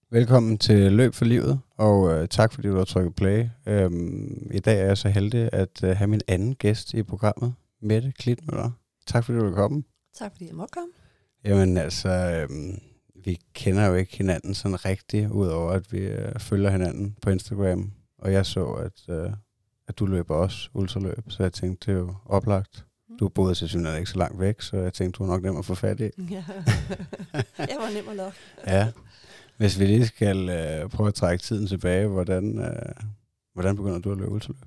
Velkommen til Løb for Livet, og tak fordi du har trykket play. I dag er jeg så heldig at have min anden gæst i programmet, Mette Klitmøller. Tak fordi du vil komme. Tak fordi jeg må komme. Jamen altså, vi kender jo ikke hinanden sådan rigtigt, udover at vi følger hinanden på Instagram. Og jeg så, at du løber også ultraløb, så jeg tænkte, det er jo oplagt. Du boede til synligheden ikke så langt væk, så jeg tænkte, du er nok nem at få fat i. Ja, jeg var nem at lokke. Ja. Hvis vi lige skal prøve at trække tiden tilbage, hvordan begynder du at løbe ultraløb?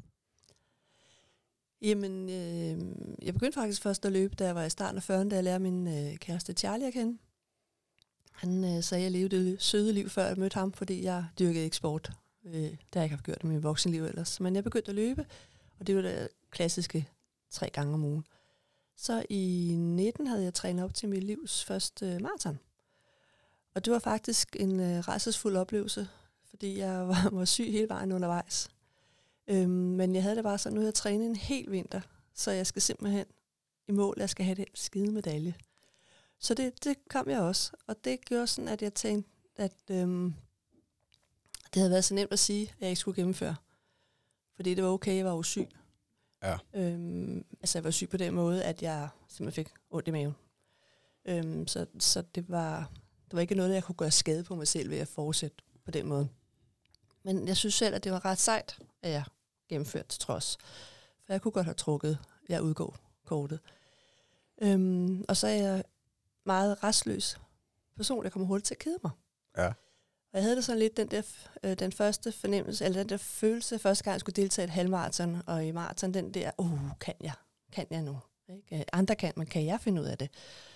Jamen, jeg begyndte faktisk først at løbe, da jeg var i starten af 40'erne, da jeg lærte min kæreste Charlie at kende. Han sagde, at jeg levede det søde liv, før jeg mødte ham, fordi jeg dyrkede ikke sport. Det har jeg ikke haft gjort i mit voksenliv ellers. Men jeg begyndte at løbe, og det var det klassiske 3 gange om ugen. Så i 19 havde jeg trænet op til mit livs første maraton. Og det var faktisk en rædselsfuld oplevelse, fordi jeg var syg hele vejen undervejs. Men jeg havde det bare sådan, nu har jeg trænet en hel vinter, så jeg skal simpelthen i mål, jeg skal have den skide medalje. Så det kom jeg også, og det gjorde sådan, at jeg tænkte, at det havde været så nemt at sige, at jeg ikke skulle gennemføre. Fordi det var okay, jeg var jo syg. Ja. Altså jeg var syg på den måde, at jeg simpelthen fik ondt i maven. Så det var ikke noget, jeg kunne gøre skade på mig selv ved at fortsætte på den måde. Men jeg synes selv, at det var ret sejt, at jeg gennemførte til trods. For jeg kunne godt have trukket, jeg udgår kortet. Og så er jeg meget restløs person, der kommer hurtigt til at kede mig. Ja. Og jeg havde det sådan lidt den første fornemmelse, eller den der følelse, første gang jeg skulle deltage i et halvmaraton, og i maraton den der, kan jeg nu? Ikke? Andre kan, men kan jeg finde ud af det?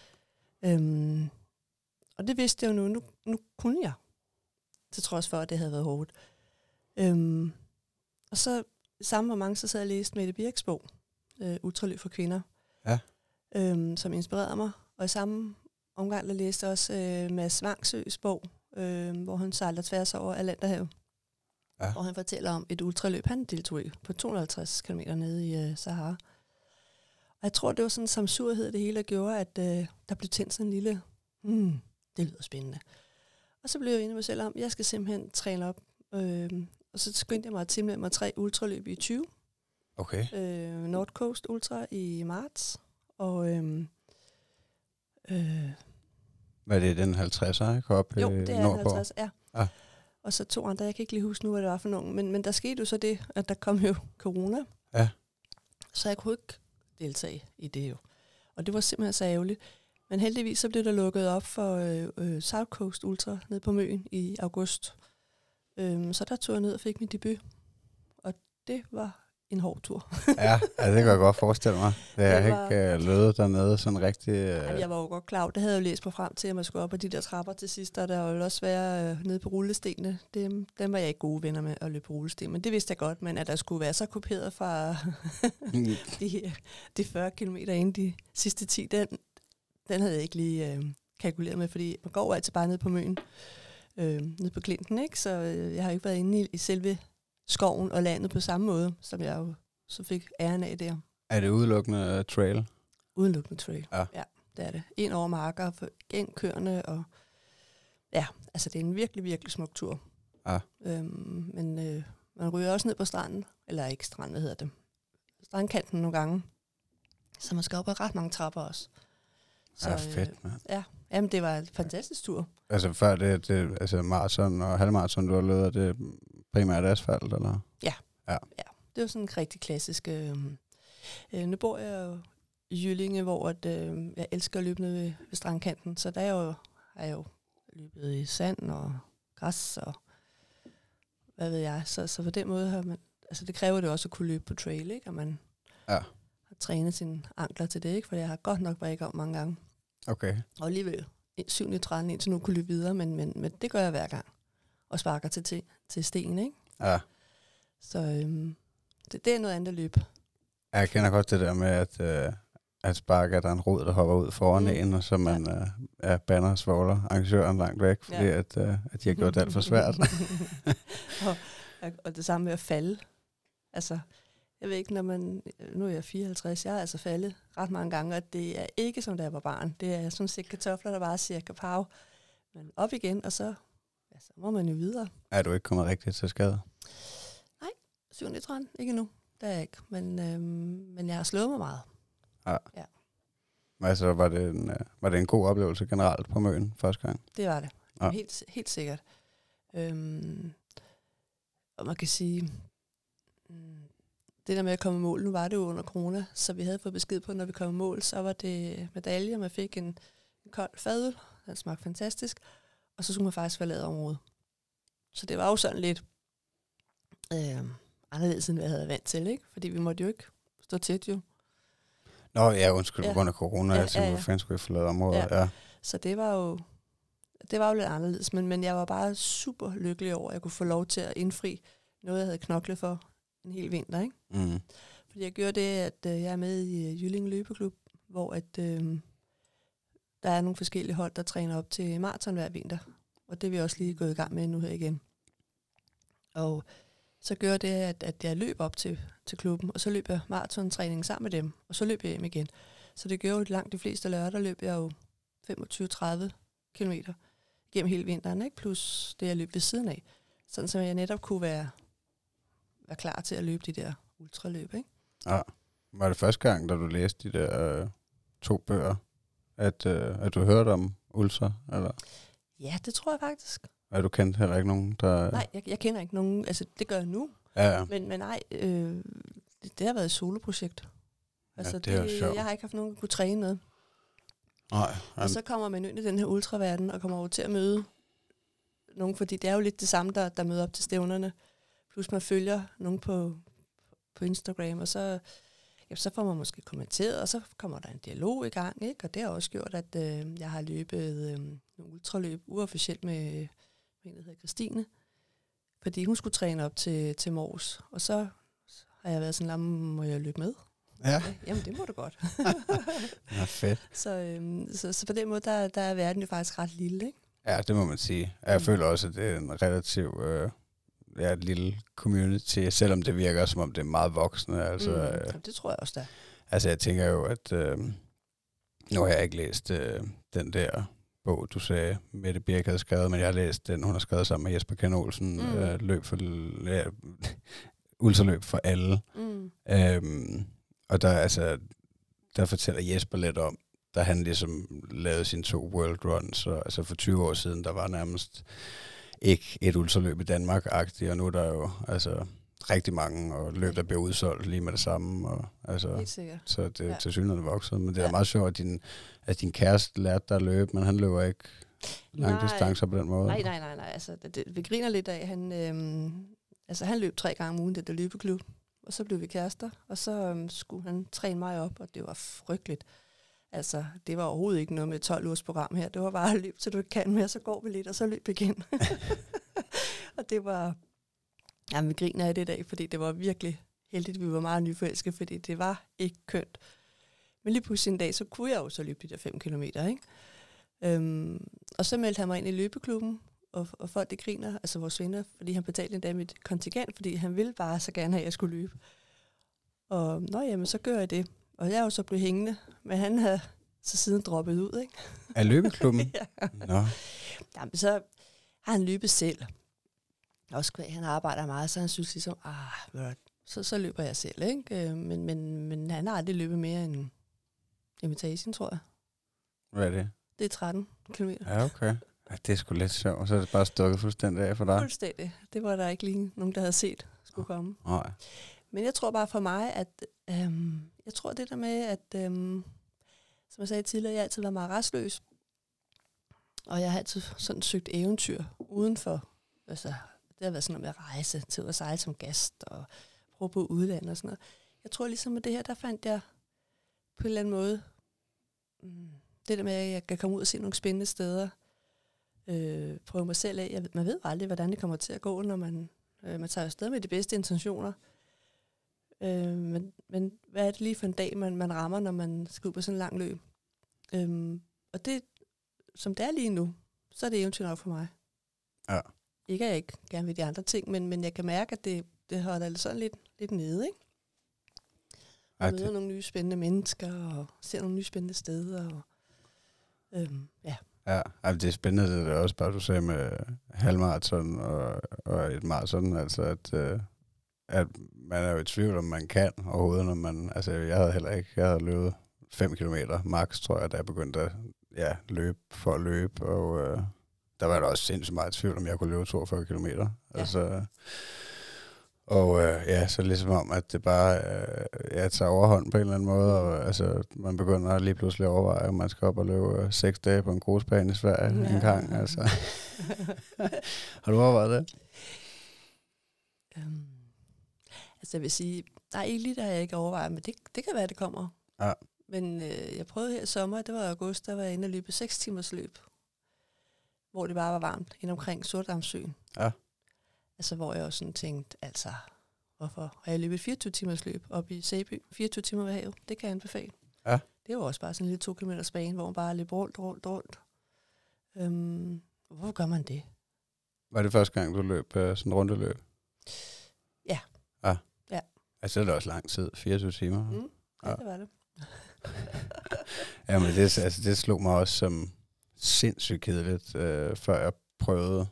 Og det vidste jeg jo nu kunne jeg, til trods for, at det havde været hårdt. Og så samme moment, så sad jeg og læste Mette Birks bog, Ultraløb for kvinder, ja. Som inspirerede mig. Og i samme omgang, der læste jeg også Mads Vangsøs bog, hvor han sejler tværs over Atlanterhavet. Ja. Hvor han fortæller om et ultraløb, han deltog i på 250 km nede i Sahara. Og jeg tror, det var sådan en samsurhed, det hele, der gjorde, at der blev tændt sådan en lille, det lyder spændende. Og så blev jeg enig med mig selv om, jeg skal simpelthen træne op. Og så skyndte jeg mig at tilmelde mig 3 ultraløb i 20. Okay. North Coast Ultra i marts. Og hvad er det, den 50'er, ikke? Op jo, det er nordpå? 50, ja. Ah. Og så 2 andre, jeg kan ikke lige huske nu, hvad det var for nogen. Men der skete jo så det, at der kom jo corona. Ja. Så jeg kunne ikke deltage i det jo. Og det var simpelthen så ærgerligt. Men heldigvis så blev der lukket op for South Coast Ultra nede på Møn i august. Så der tog jeg ned og fik min debut. Og det var en hård tur. Ja, det kan jeg godt forestille mig. Jeg har ikke løbet dernede sådan rigtig... Jeg var jo godt klar. Det havde jeg jo læst på frem til, at man skulle op ad de der trapper til sidst. Og der var jo også være nede på rullestenene. Dem var jeg ikke gode venner med at løbe på rullesten. Men det vidste jeg godt. Men at der skulle være så kuperet fra de 40 kilometer inden de sidste 10, den havde jeg ikke lige kalkuleret med. Fordi man går jo altid bare ned på Møn. Nede på Klinten, ikke? Så jeg har ikke været inde i selve skoven og landet på samme måde, som jeg jo så fik æren af der. Er det udelukkende trail? Udelukkende trail, ja, det er det. Ind over marker, ind kørende, og ja, altså det er en virkelig, virkelig smuk tur. Ja. Men man ryger også ned på stranden, eller ikke stranden, hvad hedder det? Strandkanten nogle gange, så man skal op ad ret mange trapper også. Så, ja, fedt, mand. Ja, jamen det var en fantastisk tur. Altså før det altså maraton og halvmaraton, du har løbet, det primært asfalt, eller? Ja. Det var sådan en rigtig klassisk. Nu bor jeg jo i Jyllinge, hvor jeg elsker at løbe ned ved strandkanten, så der har jeg jo løbet i sand og græs og hvad ved jeg. Så på den måde har man, altså det kræver det også at kunne løbe på trail, ikke? Og man har trænet sine ankler til det, ikke? For jeg har godt nok brækket om mange gange. Okay. Og alligevel 7-13 indtil nu kunne løbe videre, men det gør jeg hver gang. Og sparker til sten, ikke? Ja. Så det er noget andet at løbe. Jeg kender godt det der med, at sparke, at der er en rod, der hopper ud foran en, og så man banner og svogler arrangøren langt væk, fordi at de har gjort det alt for svært. og det samme med at falde. Altså, jeg ved ikke, nu er jeg 54, jeg har altså faldet ret mange gange, og det er ikke som da jeg var barn. Det er sådan set kartofler, der bare siger kapav, men op igen, og så så må man jo videre. Er du ikke kommet rigtigt til skade? 7-9, ikke endnu. Det er jeg ikke. Men jeg har slået mig meget. Ja. Altså, var det en god oplevelse generelt på Møn første gang? Det var det. Ja. Helt sikkert. Og man kan sige, det der med at komme i mål, nu var det jo under corona, så vi havde fået besked på, når vi kom i mål, så var det medalje, og man fik en kold fadøl, den smagte fantastisk, og så skulle man faktisk forlade området. Så det var jo sådan lidt anderledes, end jeg havde vant til, ikke? Fordi vi måtte jo ikke stå tæt jo. Nå ja, undskyld, på grund af corona, ja. hvor fanden skulle jeg forlade området? Ja. Så det var jo lidt anderledes, men jeg var bare super lykkelig over, at jeg kunne få lov til at indfri noget, jeg havde knoklet for en hel vinter, ikke? Mm. Fordi jeg gjorde det, at jeg er med i Jyllinge Løbeklub, hvor at, der er nogle forskellige hold, der træner op til maraton hver vinter. Og det er vi også lige gået i gang med nu her igen. Og så gør det, at jeg løb op til klubben, og så løb jeg maratontræning sammen med dem, og så løb jeg hjem igen. Så det gjorde jo langt de fleste lørdag, løb jeg jo 25-30 kilometer gennem hele vinteren, ikke? Plus det, jeg løb ved siden af. Sådan så jeg netop kunne være klar til at løbe de der ultraløb, ikke? Ja. Var det første gang, da du læste de der 2 bøger, at du hørte om ultra, eller? Ja, det tror jeg faktisk. Er du kendt heller ikke nogen, der... Nej, jeg kender ikke nogen. Altså, det gør jeg nu. Ja. Men nej, det har været et soloprojekt. Altså, det er sjovt. Jeg har ikke haft nogen, der kunne træne med. Nej. Og så kommer man ind i den her ultraverden, og kommer over til at møde nogen, fordi det er jo lidt det samme, der møder op til stævnerne. Plus man følger nogen på Instagram, og så får man måske kommenteret, og så kommer der en dialog i gang, ikke? Og det har også gjort, at jeg har løbet nogle ultraløb uofficielt med en, der hedder Christine, fordi hun skulle træne op til Mors, og så har jeg været sådan, må jeg løbe med? Ja. Jamen, det må du godt. Ja, fedt. Så på den måde, der er verden jo faktisk ret lille, ikke? Ja, det må man sige. Jeg føler også, at det er en relativt et lille community, selvom det virker, som om det er meget voksne. Altså, det tror jeg også, der. Altså, jeg tænker jo, at nu har jeg ikke læst den der bog, du sagde, Mette Birk havde skrevet, men jeg har læst den, hun har skrevet sammen med Jesper Kjær Olsen, ultraløb for alle. Og der fortæller Jesper lidt om, da han ligesom lavede sine 2 world runs, og altså for 20 år siden, der var nærmest ikke et ultraløb i Danmark-agtigt, og nu er der jo altså rigtig mange, og løb, der bliver udsolgt lige med det samme. Og, altså, helt sikkert. Så det er til synligheden vokset. Men det er meget sjovt, at din kæreste lærte dig at løbe, men han løber ikke lange distancer på den måde. Nej. Altså, vi griner lidt af, han løb 3 gange om ugen, det der løbeklub. Og så blev vi kærester, og så skulle han træne mig op, og det var frygteligt. Altså, det var overhovedet ikke noget med 12 ugers program her. Det var bare løb, så du kan mere, så går vi lidt, og så løb igen. Og det var... Jamen, vi griner af det i dag, fordi det var virkelig heldigt, vi var meget nyforelskede, fordi det var ikke kønt. Men lige pludselig en dag, så kunne jeg jo så løbe de der 5 kilometer, ikke? Og så meldte han mig ind i løbeklubben, og folk det griner, altså vores venner, fordi han betalte endda mit kontingent, fordi han ville bare så gerne have, at jeg skulle løbe. Og jamen, så gør jeg det. Og jeg er jo så blevet hængende, men han havde så siden droppet ud, ikke? Af løbeklubben? Ja. Nå. Jamen, så har han løbet selv. Også han arbejder meget, så han synes ligesom, så løber jeg selv, ikke? Men han har aldrig løbet mere end Imitation, tror jeg. Hvad er det? Det er 13 kilometer. Ja, okay. Ja, det er sgu lidt sjovt, så er det bare stukket fuldstændig af for dig. Fuldstændig. Det var der ikke lige nogen, der havde set skulle komme. Nej. Men jeg tror bare for mig, at jeg tror det der med, at som jeg sagde tidligere, jeg altid var meget restløs. Og jeg har altid sådan søgt eventyr udenfor. Altså, det har været sådan noget med at rejse til at sejle som gast og prøve på udlandet og sådan noget. Jeg tror ligesom med det her, der fandt jeg på en eller anden måde det der med, at jeg kan komme ud og se nogle spændende steder. Prøve mig selv af. Man ved aldrig, hvordan det kommer til at gå, når man tager afsted med de bedste intentioner. Men hvad er det lige for en dag, man rammer, når man skal ud på sådan en lang løb? Og det, som det er lige nu, så er det eventyr nok for mig. Ja. Ikke at jeg ikke gerne vil de andre ting, men jeg kan mærke, at det holder sådan lidt nede, ikke? Og møder nogle nye spændende mennesker, og ser nogle nye spændende steder. Og, ja. Ja, altså det er spændende, det er også bare, du sagde med halvmarathon og et marathon, altså at man er jo i tvivl, om man kan overhovedet, når man, altså jeg havde løbet 5 kilometer max, tror jeg, da jeg begyndte at løbe for at løbe, og der var der også sindssygt meget tvivl, om jeg kunne løbe 42 kilometer. Ja. Altså, og så ligesom om, at det bare tager overhånd på en eller anden måde, og altså, man begynder lige pludselig at overveje, om man skal op og løbe 6 dage på en grusbane i Sverige en gang. Altså. Har du overvejet det? Altså jeg vil sige, nej, ikke lige der har jeg ikke overvejet, men det kan være, det kommer. Ja. Men jeg prøvede her i sommer, det var i august, der var jeg inde og løbe 6 timers løb, hvor det bare var varmt, ind omkring Sortedamssøen. Ja. Altså hvor jeg også sådan tænkte, altså, hvorfor har jeg løbet 24 timers løb op i Sæby, 24 timer ved havet, det kan jeg anbefale. Ja. Det var også bare sådan en lille 2 kilometers bane, hvor man bare løb rundt. Hvorfor gør man det? Var det første gang, du løb sådan en rundeløb? Ja. Ja. Altså det er da også lang tid, 24 timer. Ja, det var det. Jamen det slog mig også som sindssygt kedeligt, før jeg prøvede.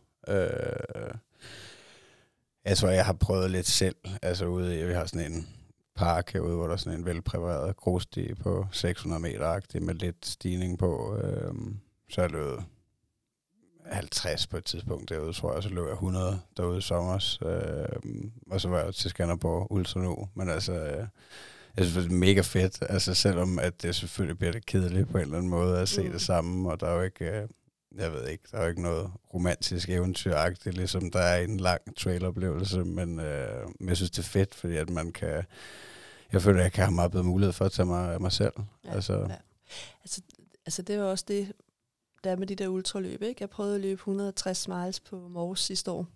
Jeg tror, jeg har prøvet lidt selv. Altså vi har sådan en park herude, hvor der er sådan en velpræpareret grussti på 600 meter-agtig med lidt stigning på. Så jeg løb 50 på et tidspunkt derude, tror jeg. Så løb jeg 100 derude i sommers. Og så var jeg til Skanderborg Ultra nu. Men altså, jeg synes, det er mega fedt. Altså selvom at det selvfølgelig bliver det kedeligt på en eller anden måde at se det samme. Og der er jo ikke, jeg ved ikke, der er jo ikke noget romantisk eventyragtigt, ligesom der er en lang traileroplevelse. Men jeg synes, det er fedt, fordi at man kan, jeg føler, at jeg kan have meget bedre mulighed for at tage mig af mig selv. Ja, altså det var også det, der med de der ultraløb, ikke? Jeg prøvede at løbe 160 miles på Mors sidste år.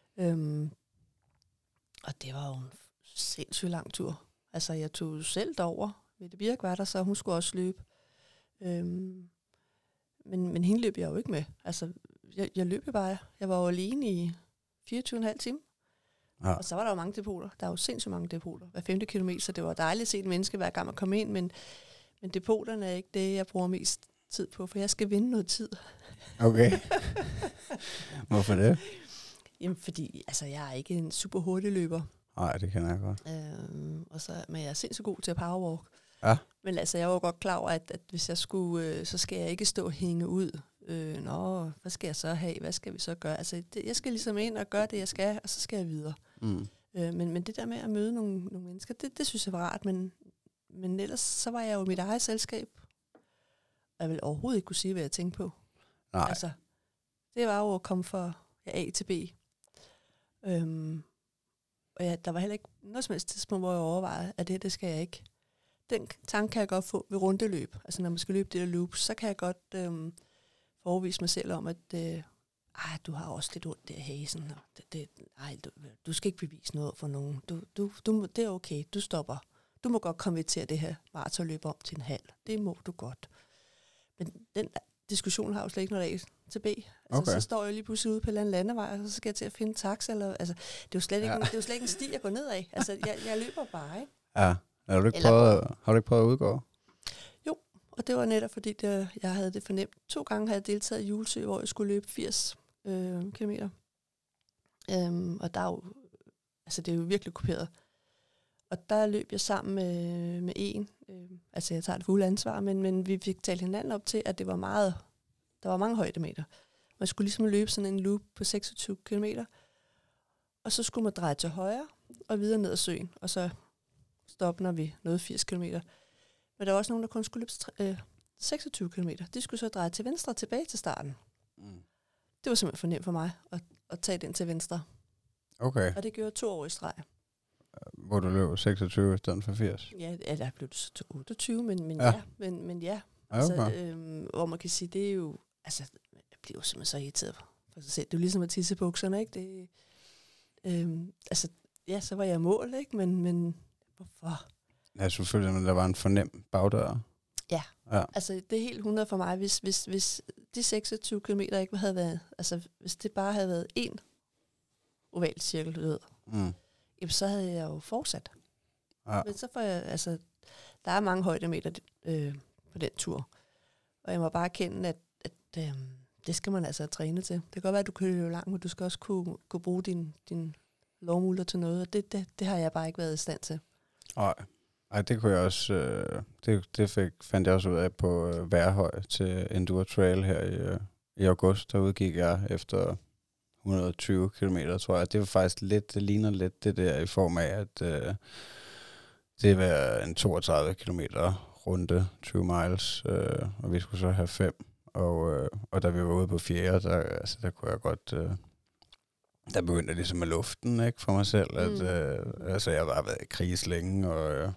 Og det var jo en sindssygt lang tur. Altså, jeg tog selv derover. Mette Birk var der, så hun skulle også løbe. Men hende løb jeg jo ikke med. Altså, jeg løb jo bare. Jeg var jo alene i 24,5 timer. Ja. Og så var der jo mange depoter. Der er jo sindssygt mange depoter. Hver 5. kilometer, så det var dejligt at se et menneske hver gang man kom ind. Men depoterne er ikke det, jeg bruger mest tid på, for jeg skal vinde noget tid. Okay. Hvorfor det? Jamen, fordi altså, jeg er ikke en super hurtig løber. Nej, det kan jeg godt. Men jeg er sindssygt god til at powerwalk. Ja. Men altså, jeg var godt klar over, at hvis jeg skulle, så skal jeg ikke stå og hænge ud. Hvad skal jeg så have? Hvad skal vi så gøre? Altså, jeg skal ligesom ind og gøre det, jeg skal, og så skal jeg videre. Men det der med at møde nogle mennesker, det synes jeg var rart. Men ellers, så var jeg jo i mit eget selskab. Og jeg ville overhovedet ikke kunne sige, hvad jeg tænkte på. Nej. Altså, det var jo at komme fra A til B. Og der var heller ikke noget som helst tidspunkt, hvor jeg overvejede, at det skal jeg ikke. Den tanke kan jeg godt få ved rundeløb. Altså når man skal løbe det der loop, så kan jeg godt forvise mig selv om, at du har også lidt ondt der i hasen. Du skal ikke bevise noget for nogen. Det er okay, du stopper. Du må godt konvertere det her maratonløb om til en halv. Det må du godt. Men den diskussion har jo slet ikke noget af til B. Altså, okay. Så står jeg lige pludselig ude på en eller anden landevej, og så skal jeg til at finde taxa. Altså, det er jo slet ikke en sti, jeg går ned af. Altså, jeg løber bare, ikke? Ja. Har du ikke prøvet at udgå? Jo, og det var netop fordi, jeg havde det fornemt. 2 gange havde jeg deltaget i Julesø, hvor jeg skulle løbe 80 kilometer. Og der er jo, altså det er jo virkelig kuperet. Og der løb jeg sammen med en. Altså jeg tager det fulde ansvar, men vi fik talt hinanden op til, at det var der var mange højdemeter. Man skulle ligesom løbe sådan en loop på 26 kilometer. Og så skulle man dreje til højre og videre ned ad søen. Og så stoppe, når vi nåede 80 kilometer. Men der var også nogen, der kun skulle løbe 26 kilometer. De skulle så dreje til venstre tilbage til starten. Det var simpelthen for nemt for mig at tage den til venstre. Okay. Og det gjorde 2 år i streg. Hvor du løb 26 i stedet for 80? Ja, der blev det så til 28, men ja. Okay. Altså, hvor man kan sige, det er jo, altså, jeg bliver jo simpelthen så irriteret for sig selv. Det er jo ligesom at tisse bukserne, ikke? Altså, ja, så var jeg mål, ikke? Men hvorfor? Ja, selvfølgelig, men der var en fornem bagdør. Ja, altså det er helt 100 for mig, hvis de 26 kilometer ikke havde været, altså hvis det bare havde været én oval cirkel, du ved, jamen, så havde jeg jo fortsat. Ja. Men så får jeg, altså, der er mange højdemeter på den tur. Og jeg må bare erkende, at det skal man altså træne til. Det kan godt være, at du kan løbe langt, men du skal også kunne bruge din lovmuler til noget, og det har jeg bare ikke været i stand til. Ej, det kunne jeg også, fandt jeg også ud af på Værhøj til Enduro Trail her i august. Der udgik jeg efter 120 kilometer, tror jeg. Det var faktisk lidt, det ligner lidt det der i form af, at det var en 32 kilometer runde, 20 miles, og vi skulle så have 5. Og da vi var ude på 4, der kunne jeg godt... der begyndte jeg ligesom med luften, ikke, for mig selv. At, jeg har bare været i krise længe, og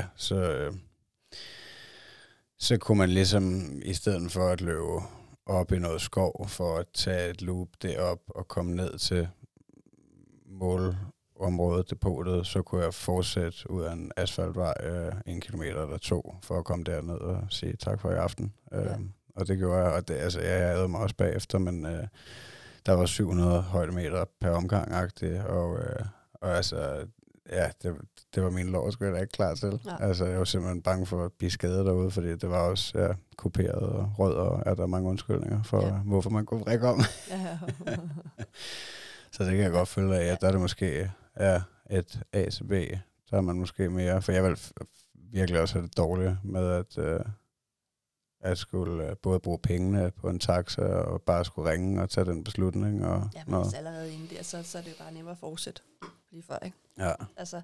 så kunne man ligesom, i stedet for at løbe op i noget skov, for at tage et loop derop og komme ned til målområdet, depotet, så kunne jeg fortsætte ud af en asfaltvej 1 kilometer eller 2, for at komme derned og sige tak for i aften. Og det gjorde jeg, og det, altså, jeg havde mig også bagefter, men der var 700 højdemeter per omgang-agtigt, og altså, ja, det var min lår, skulle jeg da ikke klar til. Ja. Altså, jeg var simpelthen bange for at blive skadet derude, fordi det var også kuperet og rød, og er der mange undskyldninger for, hvorfor man kunne vrikke om. Ja. Så det kan jeg godt følge af, at der er det måske et A til B, der er man måske mere, for jeg vil virkelig også have det dårligt med, at skulle både bruge pengene på en taxa og bare skulle ringe og tage den beslutning. Og men hvis allerede inde der, så er det jo bare nemmere at fortsætte lige før, ikke? Ja. Altså,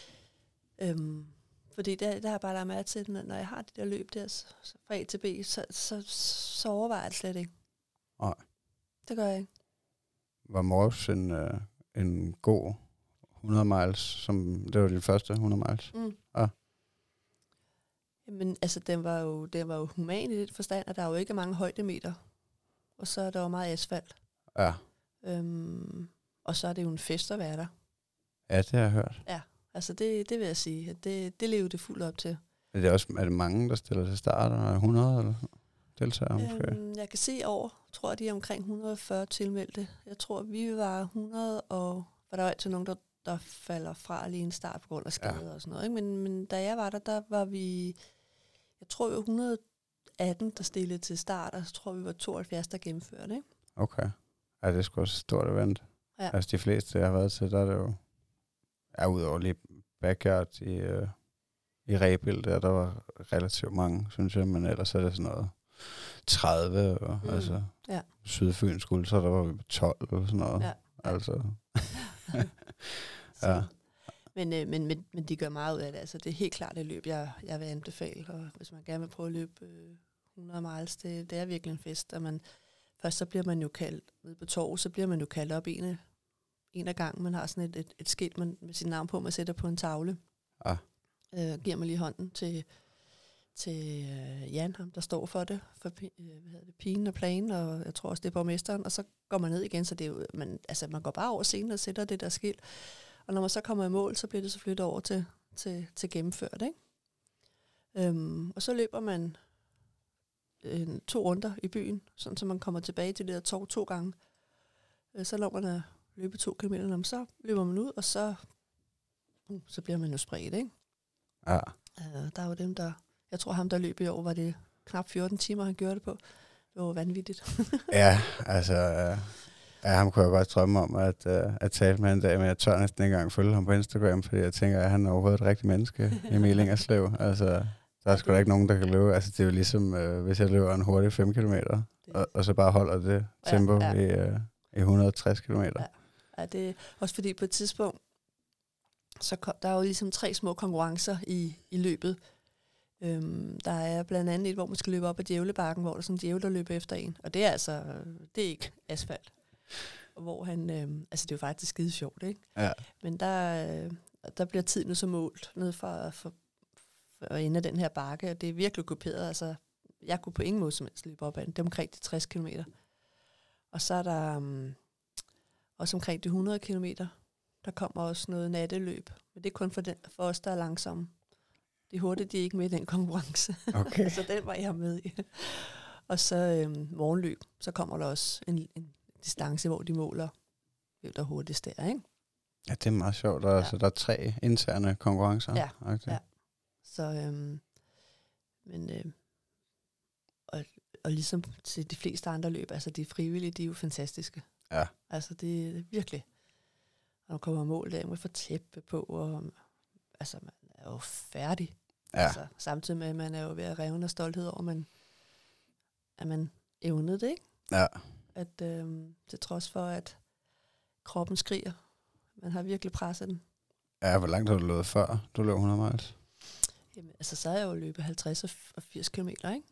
fordi der har jeg bare lagt mærke til, når jeg har det der løb der fra A til B, så overvejer jeg det slet ikke. Nej. Det gør jeg ikke. Var Mors en god 100 miles, det var de første 100 miles? Ja. Jamen, altså, den var jo human i det forstand, at der jo ikke er mange højdemeter. Og så er der jo meget asfalt. Ja. Og så er det jo en fest at være der. Ja, det har jeg hørt. Ja, altså det vil jeg sige, at det lever det fuldt op til. Er det mange, der stiller til start? Er 100 eller deltagere måske? Jeg kan se tror jeg, de er omkring 140 tilmeldte. Jeg tror, vi var 100, og for der var altid nogen, der falder fra lige en start på grund af skader og sådan noget. Ikke? Men da jeg var der var vi, jeg tror, vi var 118, der stillede til start, og så tror vi var 72, der gennemførte. Ikke? Okay. Ja, det er sgu også et stort event. Ja. Altså de fleste, jeg har været til, der er det jo, udover lige backyard i Rebild, der var relativt mange, synes jeg, men ellers er det sådan noget 30, og altså Sydfynsk Ultra, der var vi på 12 eller sådan noget. Ja. Altså. Ja. Men de gør meget ud af det. Altså, det er helt klart et løb, jeg vil anbefale. Og hvis man gerne vil prøve at løbe 100 miles, det er virkelig en fest. Og først så bliver man jo kaldt nede på torvet, så bliver man jo kaldt op en af gangen. Man har sådan et skilt med sit navn på, man sætter på en tavle. Giver man lige hånden til Jan, ham der står for det, for pigen og planen, og jeg tror også, det er borgmesteren, og så går man ned igen, så det er jo, man går bare over scenen og sætter det der skilt, og når man så kommer i mål, så bliver det så flyttet over til gennemført, ikke? Og så løber man 2 runder i byen, sådan så man kommer tilbage til det der torv 2 gange. Så når man at løbe 2 kilometer, så løber man ud, og så bliver man jo spredt, ikke? Ja. Der er jo dem, jeg tror ham, der løb i år, var det knap 14 timer, han gjorde det på. Det var vanvittigt. Ja, altså... ham kunne jeg godt drømme om at tale med en dag, men jeg tør næsten ikke engang følge ham på Instagram, fordi jeg tænker, at han er overhovedet et rigtigt menneske, Emil Ingerslev. Altså, der er sgu da ikke nogen, der kan løbe. Altså, det er jo ligesom, hvis jeg løber en hurtig 5 kilometer, og så bare holder det tempo i 160 kilometer. Ja, det er også fordi på et tidspunkt, der er jo ligesom 3 små konkurrencer i løbet. Der er blandt andet et, hvor man skal løbe op ad Djævlebakken, hvor der er sådan en djævel, der løber efter en. Og det er altså, det er ikke asfalt. Hvor han, altså det er jo faktisk skide sjovt, ikke? Ja. Men der bliver tiden så målt ned for ende af den her bakke, og det er virkelig kopieret. Altså, jeg kunne på ingen måde som helst løbe op ad den. Det er omkring de 60 kilometer. Og så er der også omkring de 100 kilometer. Der kommer også noget natteløb. Men det er kun for os, der er langsomme. De hurtige, de er ikke med i den konkurrence. Okay. Så den var jeg med i. Og så morgenløb. Så kommer der også en distance, hvor de måler, hvem der hurtigst der, ikke? Ja, det er meget sjovt. Der er 3 interne konkurrencer. Ja, okay. ja. Så, og ligesom til de fleste andre løb, altså de frivillige, de er jo fantastiske. Ja. Altså det er virkelig. Når man kommer mål der, man får tæppe på, og altså man er jo færdig. Ja. Altså, samtidig med, at man er jo ved at revne af stolthed over, at man evnede det, ikke? Ja. At til trods for, at kroppen skriger, man har virkelig presset den. Ja, hvor langt har du løbet før? Du løb 100 miles. Jamen, altså så har jeg jo løbet 50 og 80 kilometer, ikke?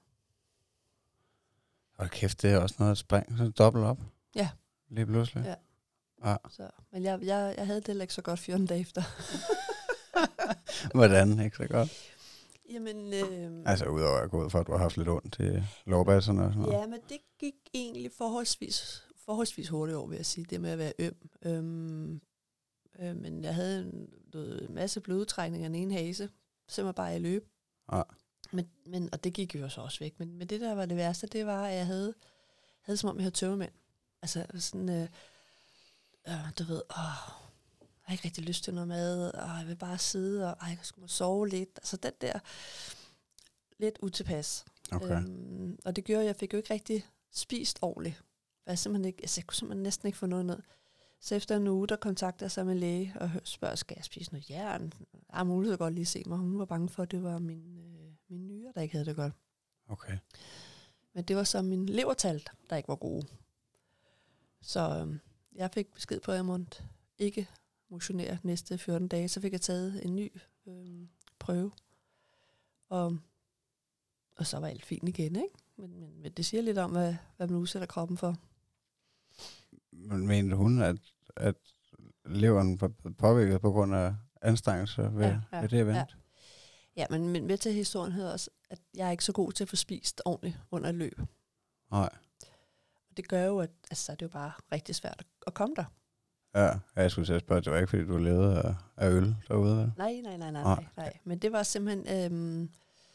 Og kæft, det er også noget at springe. Så dobbelt op. Ja. Lige pludselig. Ja. Ja. Så, men jeg havde det ikke så godt 14 dage efter. Hvordan? Ikke så godt? Jamen, Altså udover at gå ud for, at du har haft lidt ondt til lårbasserne og sådan noget. ja, men det gik egentlig forholdsvis hurtigt over, vil jeg sige, det med at være øm. Men jeg havde en masse blodudtrækninger i den ene hase, simpelthen bare i løb. Ja. Men, og det gik jo så også væk. Men det, der var det værste, det var, at jeg havde som om, jeg havde tømmermænd. Altså sådan, du ved, jeg har ikke rigtig lyst til noget mad, og jeg vil bare sidde, og jeg skulle sove lidt. Altså den der lidt utilpas. Okay. Og det gjorde, at jeg fik jo ikke rigtig spist ordentligt. Jeg kunne simpelthen næsten ikke få noget ned. Så efter en uge, der kontaktede jeg sig med læge og spørger, skal jeg spise noget jern? Jeg har mulighed godt lige se mig. Hun var bange for, at det var min nyre, der ikke havde det godt. Okay. Men det var så min levertal, der ikke var gode. Så jeg fik besked på, at jeg måtte ikke motionere næste 14 dage. Så fik jeg taget en ny prøve. Og så var alt fint igen, ikke? Men det siger lidt om, hvad man udsætter kroppen for. Men mente hun, at leveren var påvirket på grund af anstrengelser ved det event? Ja. Ja, men med til historien hedder også, at jeg er ikke så god til at få spist ordentligt under et løb. Nej. Og det gør jo, at altså, det er jo bare rigtig svært at komme der. Ja, jeg skulle til at spørge, det var ikke, fordi du levede af øl derude, vel? Nej. Men det var simpelthen...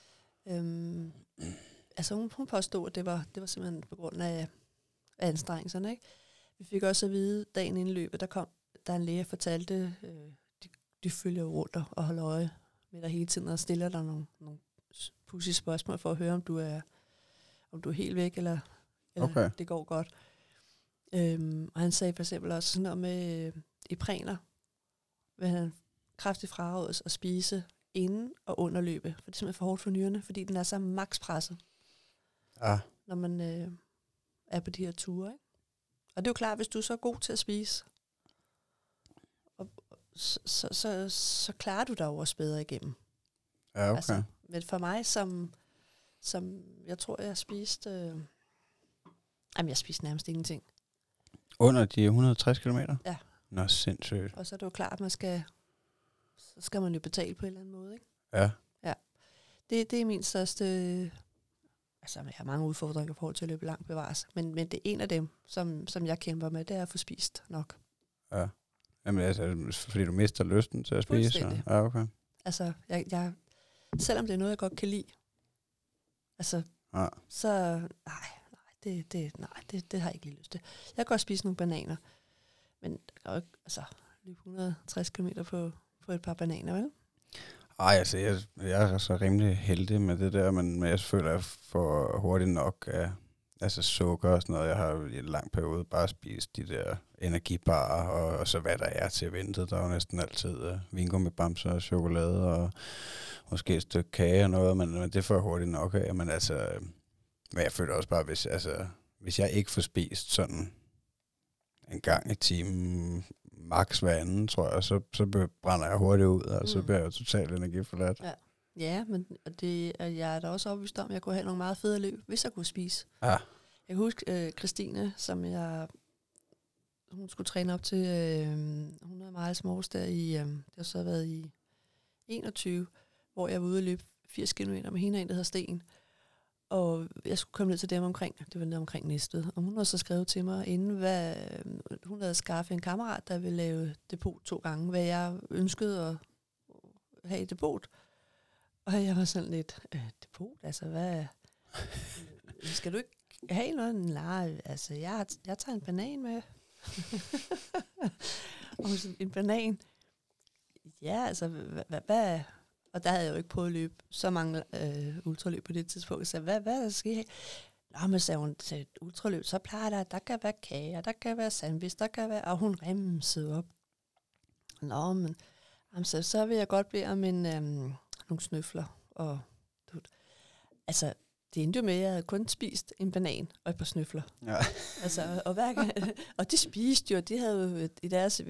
altså hun påstod, at det var simpelthen på grund af anstrengelserne, ikke? Vi fik også at vide, dagen inden løbet, der en læge, fortalte, de følger jo rundt og holder øje med dig hele tiden, og stiller dig nogle pudsige spørgsmål for at høre, om du er helt væk, eller okay. Det går godt. Og han sagde for eksempel også sådan noget med Ipræner, vil han kraftigt frarådes at spise inden og under løbet, for det er simpelthen for hårdt for nyrerne, fordi den er så makspresset, når man er på de her ture, ikke? Og det er jo klart, hvis du er så god til at spise, så klarer du dig jo også bedre igennem. Ja, okay. Altså, men for mig, som jeg tror, jeg spiste... jeg spiste nærmest ingenting. Under de 160 kilometer? Ja. Nå, sindssygt. Og så er det jo klart, at så skal man jo betale på en eller anden måde, ikke? Ja. Ja. Det er min største... Altså, jeg har mange udfordringer i forhold til at løbe langt bevares. Men det er en af dem, som jeg kæmper med, det er at få spist nok. Ja. Jamen, altså, fordi du mister lysten til at spise? Ja, okay. Altså, jeg selvom det er noget, jeg godt kan lide, altså, så... Det har jeg ikke lige lyst til. Jeg kan godt spise nogle bananer, men der er jo ikke, altså, løbe 160 km på et par bananer, vel? Ej, altså, jeg er så rimelig heldig med det der, men jeg føler, at jeg får hurtigt nok af sukker og sådan noget. Jeg har i en lang periode bare spist de der energibarer, og så hvad der er til ventet. Der er jo næsten altid vingummibamser og chokolade, og måske et stykke kage og noget, men det får jeg hurtigt nok af. Men altså, men jeg føler også bare, hvis jeg ikke får spist sådan en gang i timen, maks hver anden, tror jeg, så brænder jeg hurtigt ud, og så bliver jeg totalt energiforladt. Ja, men jeg er da også overbevist om, at jeg kunne have nogle meget fede løb, hvis jeg kunne spise. Ja. Jeg kan huske Christine, som hun skulle træne op til 100 miles morges der i, det har så været i 21, hvor jeg var ude og løbe 80 km med hende og en, der hedder Sten. Og jeg skulle komme ned til dem det var ned omkring Næstved. Og hun havde så skrevet til mig inden, hun havde skaffet en kammerat, der ville lave depot 2 gange, hvad jeg ønskede at have i depot. Og jeg var sådan lidt, depot, altså hvad, skal du ikke have noget? Nej, altså jeg tager en banan med. Og sådan, en banan? Ja, altså hvad? Og der havde jeg jo ikke prøvet at løbe så mange ultraløb på det tidspunkt. Så hvad skal I have? Nå, men sagde hun, til et ultraløb, så plejer der kan være kager, der kan være sandwich, der kan være, og hun remsede op. Nå, men så vil jeg godt bede om nogle snøfler. Og, altså, det endte jo med, at jeg havde kun spist en banan og et par snøfler. Ja. Altså, og de spiste jo, de havde jo i deres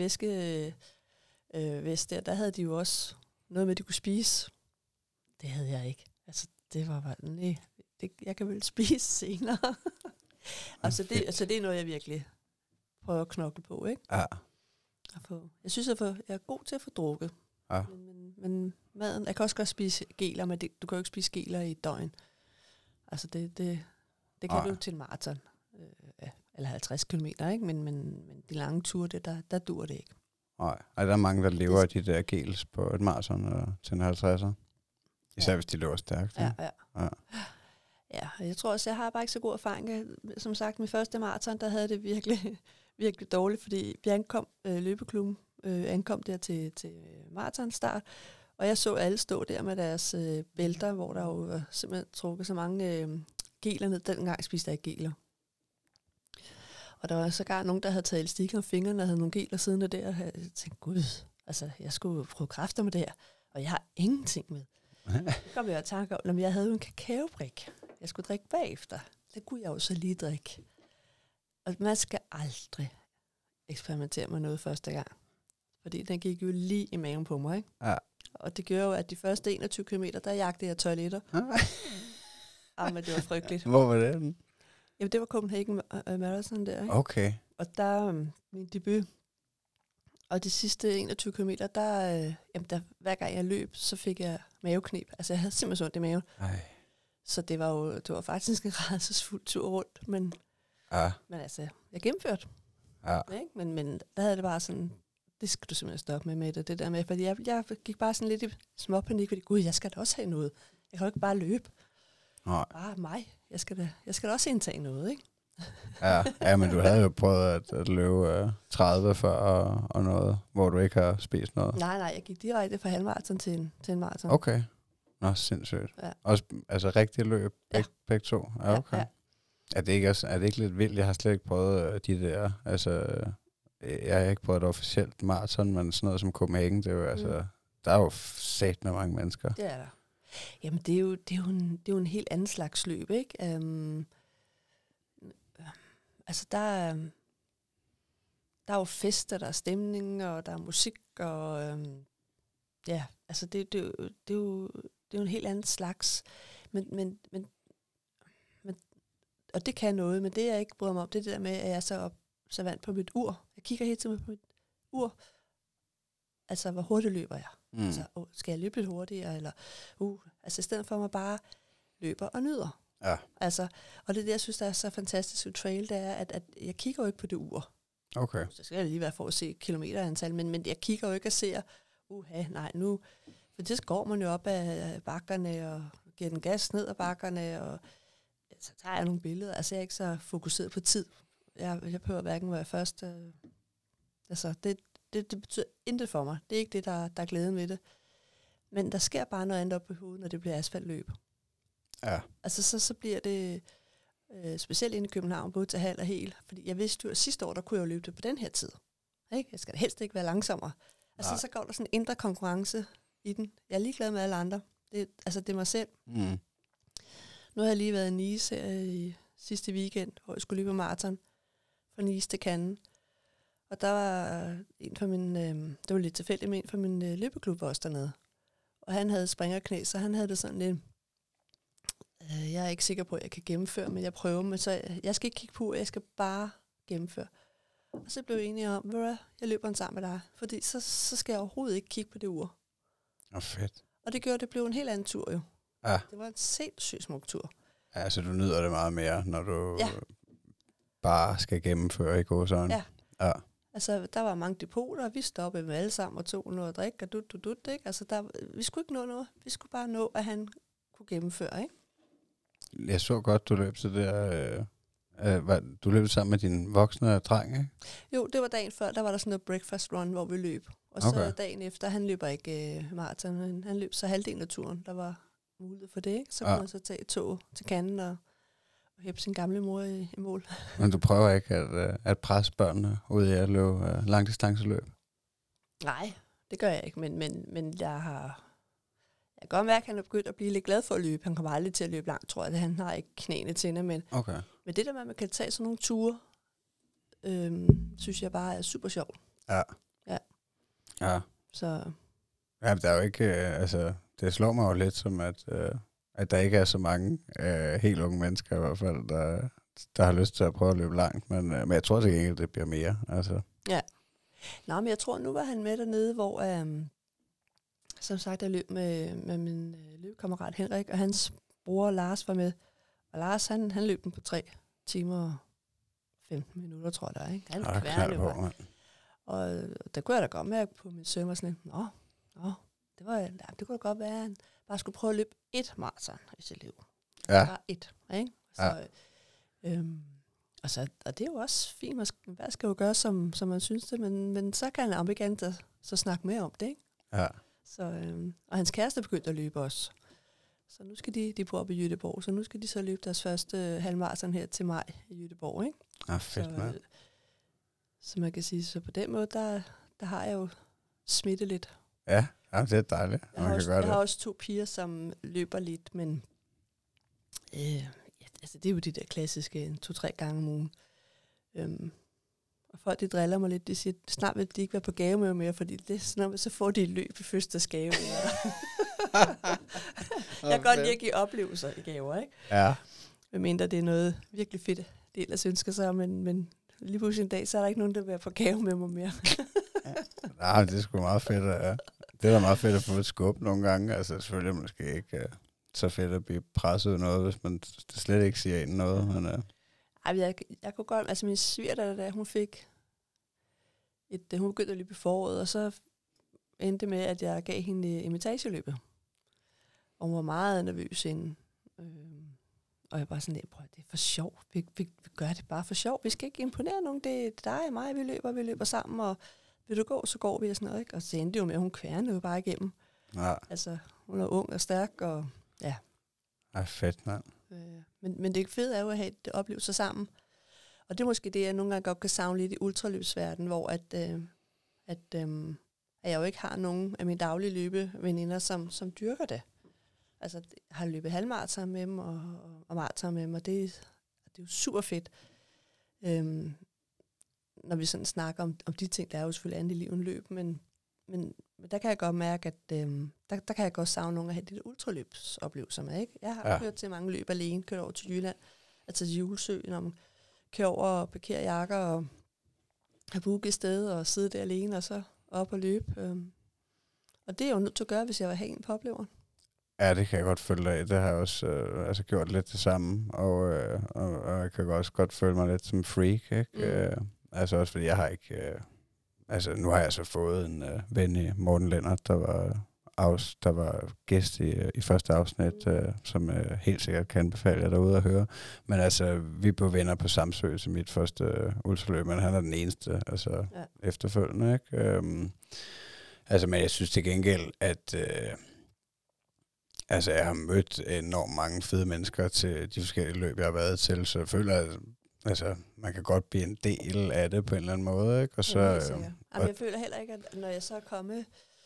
vest der havde de jo også noget med, de kunne spise. Det havde jeg ikke. Altså, det var bare, nej, jeg kan vel spise senere. Altså, det er noget, jeg virkelig prøver at knokle på, ikke? Ja. Jeg synes, jeg er god til at få drukket. Ja. Men maden, jeg kan også godt spise geler, men du kan jo ikke spise geler i et døgn. Altså, det kan du til en maraton. Eller 50 kilometer, ikke? Men de lange ture, der dur det ikke. Nej, der er mange, der lever af de der gels på et maraton eller til en 50'er. Især hvis de løber stærkt. Ja. Ja, og jeg tror også, jeg har bare ikke så god erfaring. Som sagt, min første maraton, der havde det virkelig, virkelig dårligt, fordi vi ankom, løbeklubben ankom der til maratonstart, og jeg så alle stå der med deres bælter, hvor der jo var simpelthen trukket så mange geler ned. Dengang spiste jeg ikke geler. Og der var sågar nogen, der havde taget elastik om fingrene og havde nogle geler siden af der. Og jeg tænkte, gud, altså jeg skulle prøve kræfter med det her, og jeg har ingenting med. Så kom jeg i tanke om, at jeg havde jo en kakaobrik, jeg skulle drikke bagefter. Det kunne jeg jo så lige drikke. Og man skal aldrig eksperimentere med noget første gang. Fordi den gik jo lige i maven på mig, ikke? Ja. Og det gjorde jo, at de første 21 kilometer, der jagtede jeg toiletter. Men det var frygteligt. Hvor var det den? Jamen, det var Copenhagen Marathon der, ikke? Okay. Og der min debut. Og de sidste 21 kilometer, der hver gang jeg løb, så fik jeg mavekneb. Altså, jeg havde simpelthen så ondt i maven. Ej. Så det var faktisk en rædselsfuld tur rundt. Men altså, jeg gennemførte. Ja. Ikke? Men der havde det bare sådan, det skal du simpelthen stoppe med det der med. Fordi jeg gik bare sådan lidt i småpanik, fordi gud, jeg skal da også have noget. Jeg kan jo ikke bare løbe. Nej. Bare mig. Jeg skal da også indtage noget, ikke? Ja, men du havde jo prøvet at løbe 30 før og noget, hvor du ikke har spist noget. Nej, jeg gik direkte fra halvmaraton til en maraton. Okay. Nå, sindssygt. Ja. Også, altså rigtig løb, begge to? Ja, okay. Ja. Er det ikke lidt vildt? Jeg har slet ikke prøvet de der, altså, jeg har ikke prøvet et officielt maraton, men sådan noget som Copenhagen, det er jo altså, der er jo sat med mange mennesker. Det er der. Jamen, det er jo en helt anden slags løb, ikke? Altså, der er jo fester, der er stemning, og der er musik, og altså, det er jo en helt anden slags. Men og det kan noget, men det jeg ikke bryder mig om, det er det der med, at jeg er så vant på mit ur. Jeg kigger hele tiden på mit ur. Altså, hvor hurtigt løber jeg? Altså, skal jeg løbe lidt hurtigere? Eller, altså, i stedet for mig bare løber og nyder. Ja. Altså, og det jeg synes, der er så fantastisk ved trail, det er, at jeg kigger jo ikke på det ur. Okay. Så skal jeg lige være for at se kilometerantal, men jeg kigger jo ikke og ser, nu, for det går man jo op ad bakkerne, og giver den gas ned ad bakkerne, og så tager jeg nogle billeder. Altså, jeg er ikke så fokuseret på tid. Jeg prøver hverken være først. Altså, det betyder intet for mig. Det er ikke det, der er glæden ved det. Men der sker bare noget andet op på hovedet, når det bliver asfaltløb. Ja. Altså, så bliver det specielt inde i København, både til halv og hel. Fordi jeg vidste jo, at sidste år, der kunne jeg jo løbe det på den her tid. Ikke? Jeg skal da helst ikke være langsommere. Altså, så går der sådan en indre konkurrence i den. Jeg er ligeglad med alle andre. Det er mig selv. Mm. Nu har jeg lige været i Nice i sidste weekend, hvor jeg skulle løbe maraton fra Nice til Cannes. Og der var en fra det var lidt tilfældigt, men en fra min løbeklub også dernede. Og han havde springerknæ, så han havde det sådan lidt, jeg er ikke sikker på, at jeg kan gennemføre, men jeg prøver. Men så jeg skal ikke kigge på, jeg skal bare gennemføre. Og så blev vi enige om, jeg løber en sammen med dig, fordi så skal jeg overhovedet ikke kigge på det ur. Fedt. Og det gjorde, det blev en helt anden tur jo. Ja. Det var en sindssygt smuk tur. Ja, så du nyder det meget mere, når du bare skal gennemføre i gåsøjne. Ja. Altså, der var mange depoter, og vi stoppede med alle sammen og tog noget at drikke, og dut, ikke? Altså, vi skulle ikke nå noget. Vi skulle bare nå, at han kunne gennemføre, ikke? Jeg så godt, du løb til det der. Du løb sammen med din voksne dreng, ikke? Jo, det var dagen før, der var der sådan noget breakfast run, hvor vi løb. Og så dagen efter, han løber ikke maraton, han løb så halvdelen af turen, der var mulighed for det, ikke? Så kunne han så tage tog til Cannes og hæppe sin gamle mor i mål. Men du prøver ikke at presse børnene ud i at løbe langdistanceløb? Nej, det gør jeg ikke, men jeg kan godt mærke, at han er begyndt at blive lidt glad for at løbe. Han kommer aldrig til at løbe langt, tror jeg. Han har ikke knæene til det, men det der med, at man kan tage sådan nogle ture, synes jeg bare er super sjovt. Ja. Så. Ja, der er jo ikke, det slår mig jo lidt som, at der ikke er så mange helt unge mennesker i hvert fald, der har lyst til at prøve at løbe langt, men jeg tror til gengæld, det bliver mere. Altså. Ja. Nå, men jeg tror, nu var han med dernede, hvor, som sagt, jeg løb med min løbekammerat Henrik, og hans bror Lars var med. Og Lars, han løb den på 3 timer og 15 minutter, tror jeg, ikke? Han er kværne. Og der kunne jeg da godt mærke på min søn, var sådan lidt, det kunne da godt være, at han bare skulle prøve at løbe 1 maraton i sit liv. Ja. Bare 1, ikke? Så, og det er jo også fint, man skal jo gøre, som man synes det, men så kan han ikke andet så snakke mere om det, ikke? Ja. Så, og hans kæreste begyndte at løbe også. Så nu skal de bor op i Jødeborg, så nu skal de så løbe deres første halvmaraton her til maj i Jødeborg, ikke? Fedt, man. Så man kan sige, så på den måde, der har jeg jo smittet lidt. Ja, det er dejligt. Jeg har også 2 piger, som løber lidt, men det er jo de der klassiske 2-3 gange om ugen. Og folk, de driller mig lidt. De siger, snart vil de ikke være på gave med mere, fordi det, så får de et løb i fødselsdagsgave. Jeg kan godt lide at give oplevelser i gaver, ikke? Ja. Hvad mindre det er noget virkelig fedt, de ellers ønsker sig, men lige pludselig en dag, så er der ikke nogen, der vil være på gave med mig mere. Nej, det er sgu meget fedt. Det er da meget fedt at få et skub nogle gange. Altså selvfølgelig måske ikke så fedt at blive presset ud noget, hvis man slet ikke siger ind noget. Men, jeg kunne godt, altså min svigerdatter, da hun fik hun begyndte at løbe i foråret, og så endte med, at jeg gav hende imitageløbet. Og hun var meget nervøs inden. Og jeg bare sådan lidt, det er for sjov. Vi gør det bare for sjov. Vi skal ikke imponere nogen. Det er dig og mig, vi løber sammen, og vil du gå, så går vi og sådan noget, ikke? Og så endte det jo med, at hun kværnede jo bare igennem. Ja. Altså, hun er ung og stærk, og ja. Ja, fedt, mand. Men det fede er jo at have det oplevelser sammen. Og det er måske det, jeg nogle gange godt kan savne lidt i ultraløbsverdenen, hvor at jeg jo ikke har nogen af mine daglige løbeveninder, som dyrker det. Altså, jeg har løbet halvmaraton med dem og maraton med dem, og det er jo super fedt. Når vi sådan snakker om de ting, der er jo selvfølgelig andet i livet end løb, men der kan jeg godt mærke, at der kan jeg godt savne nogle af de der ultraløbsoplevelser med, ikke? Jeg har kørt til mange løb alene, kørt over til Jylland, altså til Julesø, når man kører over og parkerer jakker og har booket et sted og sidde der alene og så op og løbe. Og det er jo nødt til at gøre, hvis jeg vil have en på opleveren. Ja, det kan jeg godt følge af. Det har jeg også gjort lidt det samme, og jeg kan også godt føle mig lidt som freak, ikke? Altså også fordi jeg har ikke... nu har jeg så fået en ven i Morten Lennart, der var gæst i første afsnit, som helt sikkert kan anbefale jer derude at høre. Men altså, vi blev venner på Samsø til mit første ultraløb, men han er den eneste, efterfølgende, ikke? Men jeg synes til gengæld, at... jeg har mødt enormt mange fede mennesker til de forskellige løb, jeg har været til, så jeg føler, at man kan godt blive en del af det på en eller anden måde, ikke? Og så, jeg føler heller ikke, at når jeg så er kommet,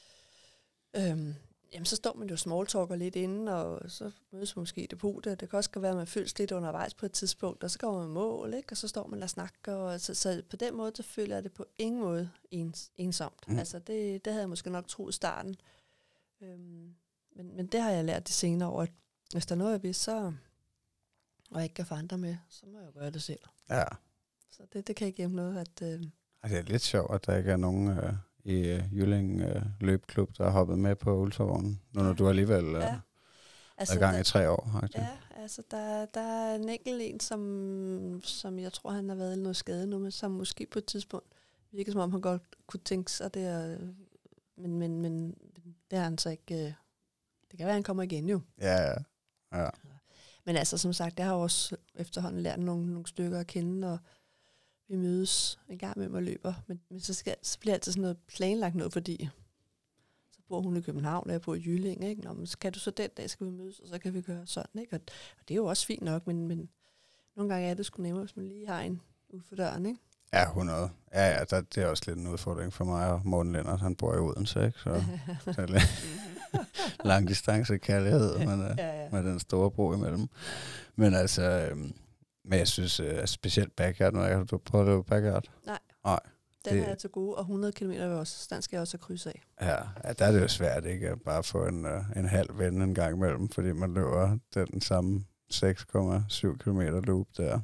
så står man jo smalltalker lidt inden, og så mødes man måske i depotet. Det kan også være, at man føles lidt undervejs på et tidspunkt, og så går man mål, ikke? Og så står man og snakker. Og så på den måde, så føler jeg det på ingen måde ensomt. Altså, det havde jeg måske nok troet i starten. Men det har jeg lært de senere år, at hvis der er noget, jeg vil, så og jeg ikke kan få andre med, så må jeg jo gøre det selv. Ja. Så det kan ikke hjemme noget, at... Det er lidt sjovt, at der ikke er nogen i Jylling løbklub, der har hoppet med på ultravognen, når du alligevel er i gang i 3 år. Faktisk. Ja, altså der er en enkelt en, som jeg tror, han har været noget skade nu, men som måske på et tidspunkt virker som om, han godt kunne tænke sig det, men det har han så ikke... Det kan være, han kommer igen jo. Ja. Men altså, som sagt, jeg har også efterhånden lært nogle stykker at kende, og vi mødes en gang med og løber. Men så bliver altid sådan noget planlagt noget, fordi så bor hun i København, og jeg bor i Jylling, ikke? Nå, men så kan du så den dag, skal vi mødes, og så kan vi gøre sådan, ikke? Og det er jo også fint nok, men nogle gange er det sgu nemmere, hvis man lige har en ude for døren, ikke? Ja, 100. Ja, det er også lidt en udfordring for mig, og Morten Lennart, han bor i Odense, ikke? Så det er lidt lang distance kærlighed med den store bro imellem. Men altså, men jeg synes, specielt backyard, når jeg har prøvet at løbe backyard. Nej. Den er til gode, og 100 km også. Den skal jeg også krydse af. Ja, der er det jo svært, ikke? At bare få en halv vende en gang imellem, fordi man løber den samme 6,7 km loop der.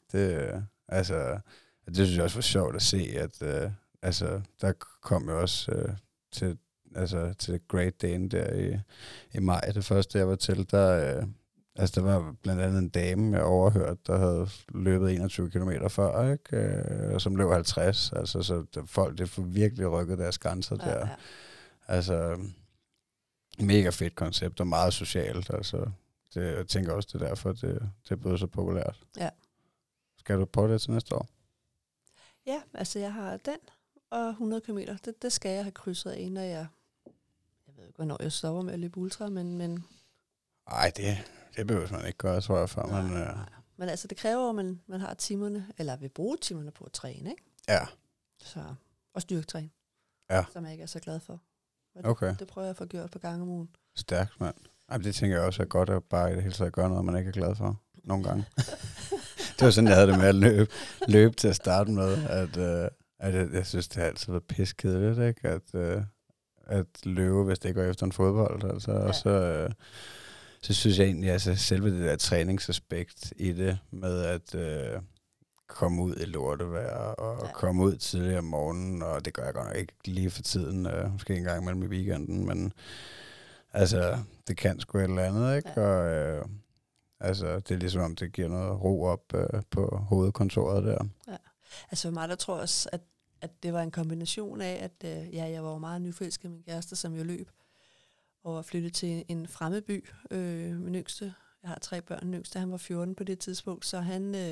Det synes jeg også var sjovt at se, at der kom jo også til Great Dane der i maj, det første jeg var til, der var blandt andet en dame, jeg overhørte, der havde løbet 21 km før, ikke? Som løb 50. Altså, så folk, det får virkelig rykket deres grænser der. Ja. Altså, mega fedt koncept, og meget socialt. Altså, jeg tænker også, det er derfor, det er blevet så populært. Ja. Skal du prøve det til næste år? Ja, altså jeg har den, og 100 km. Det skal jeg have krydset af, når jeg ved ikke, hvornår jeg stopper med at løbe ultra, men ej, det behøver man ikke gøre, tror jeg, før man... Men altså, det kræver, at man har timerne, eller vil bruge timerne på at træne, ikke? Ja. Så, og styrketræne, som jeg ikke er så glad for. Okay. Det prøver jeg at få gjort på gang om ugen. Stærkt, mand. Ej, det tænker jeg også er godt, at bare i det hele taget gøre noget, man ikke er glad for. Nogle gange. Det var sådan, jeg havde det med at løbe til at starte med, at jeg synes, det har altid været piskedeligt, ikke? At løbe, hvis det går efter en fodbold, altså. Ja. Og så synes jeg egentlig, altså selve det der træningsaspekt i det, med at komme ud i lortevejr, og komme ud tidligere om morgenen, og det gør jeg godt nok ikke lige for tiden, måske en gang mellem i weekenden, men altså, det kan sgu et eller andet, ikke? Ja. Og altså, det er ligesom om, det giver noget ro op på hovedkontoret der. Ja, altså for mig, der tror jeg også, at det var en kombination af, at jeg var meget nyforelsket af min kæreste, som jo løb, og var flyttet til en fremmed by. Min yngste, jeg har 3 børn, min yngste, han var 14 på det tidspunkt, så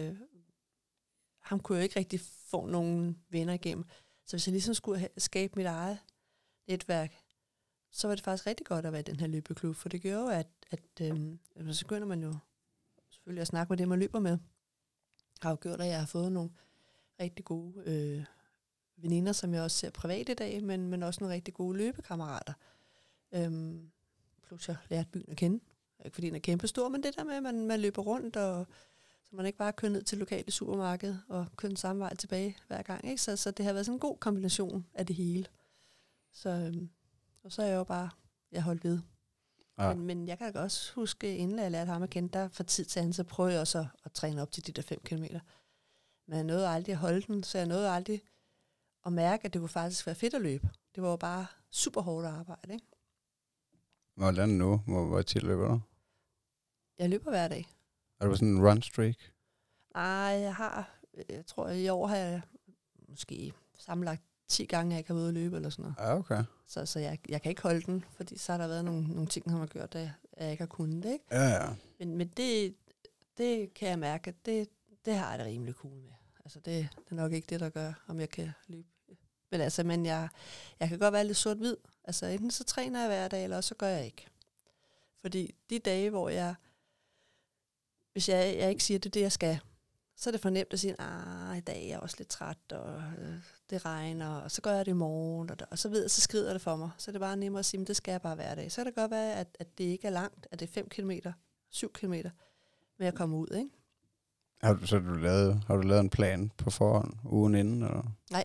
han kunne jo ikke rigtig få nogen venner igennem. Så hvis jeg ligesom skulle skabe mit eget netværk, så var det faktisk rigtig godt at være i den her løbeklub, for det gør jo, at så begynder man jo selvfølgelig at snakke med det, man løber med. Har jo gjort, at jeg har fået nogle rigtig gode veninder, som jeg også ser privat i dag, men også nogle rigtig gode løbekammerater. Plus jeg lærte byen at kende. Ikke fordi den er kæmpestor, men det der med, at man løber rundt, og så man ikke bare kører ned til lokale supermarked og kører den samme vej tilbage hver gang. Ikke? Så det har været sådan en god kombination af det hele. Og så er jeg jo bare, jeg holdt ved. Ja. Men jeg kan da også huske, inden jeg lærte ham at kende, der for tid til anden, så prøvede jeg også at træne op til de der 5 kilometer. Men jeg nåede aldrig at holde den, så jeg nåede aldrig at mærke, at det kunne faktisk være fedt at løbe. Det var jo bare super hårdt arbejde, ikke? Hvordan nu? Hvor tit løber du? Jeg løber hver dag. Er du sådan en run streak? Nej, jeg tror, i år har jeg måske sammenlagt 10 gange, jeg kan ud og løbe eller sådan noget. Ja, okay. Så jeg kan ikke holde den, fordi så har der været nogle ting, som har gjort, at jeg ikke har kunnet det, ikke? Ja. Men det kan jeg mærke, at det har jeg det rimelig cool med. Altså det er nok ikke det, der gør, om jeg kan løbe. Men jeg kan godt være lidt sort-hvid. Altså enten så træner jeg hver dag, eller så gør jeg ikke. Fordi de dage, hvor hvis jeg ikke siger, det jeg skal, så er det for nemt at sige, i dag er jeg også lidt træt, og det regner, og så gør jeg det i morgen, og så skrider det for mig. Så er det bare nemmere at sige, det skal jeg bare hver dag. Så kan det godt være, at det ikke er langt, at det er 5 kilometer, 7 kilometer, med at komme ud, ikke? Har du lavet en plan på forhånd, ugen inden? Eller? Nej.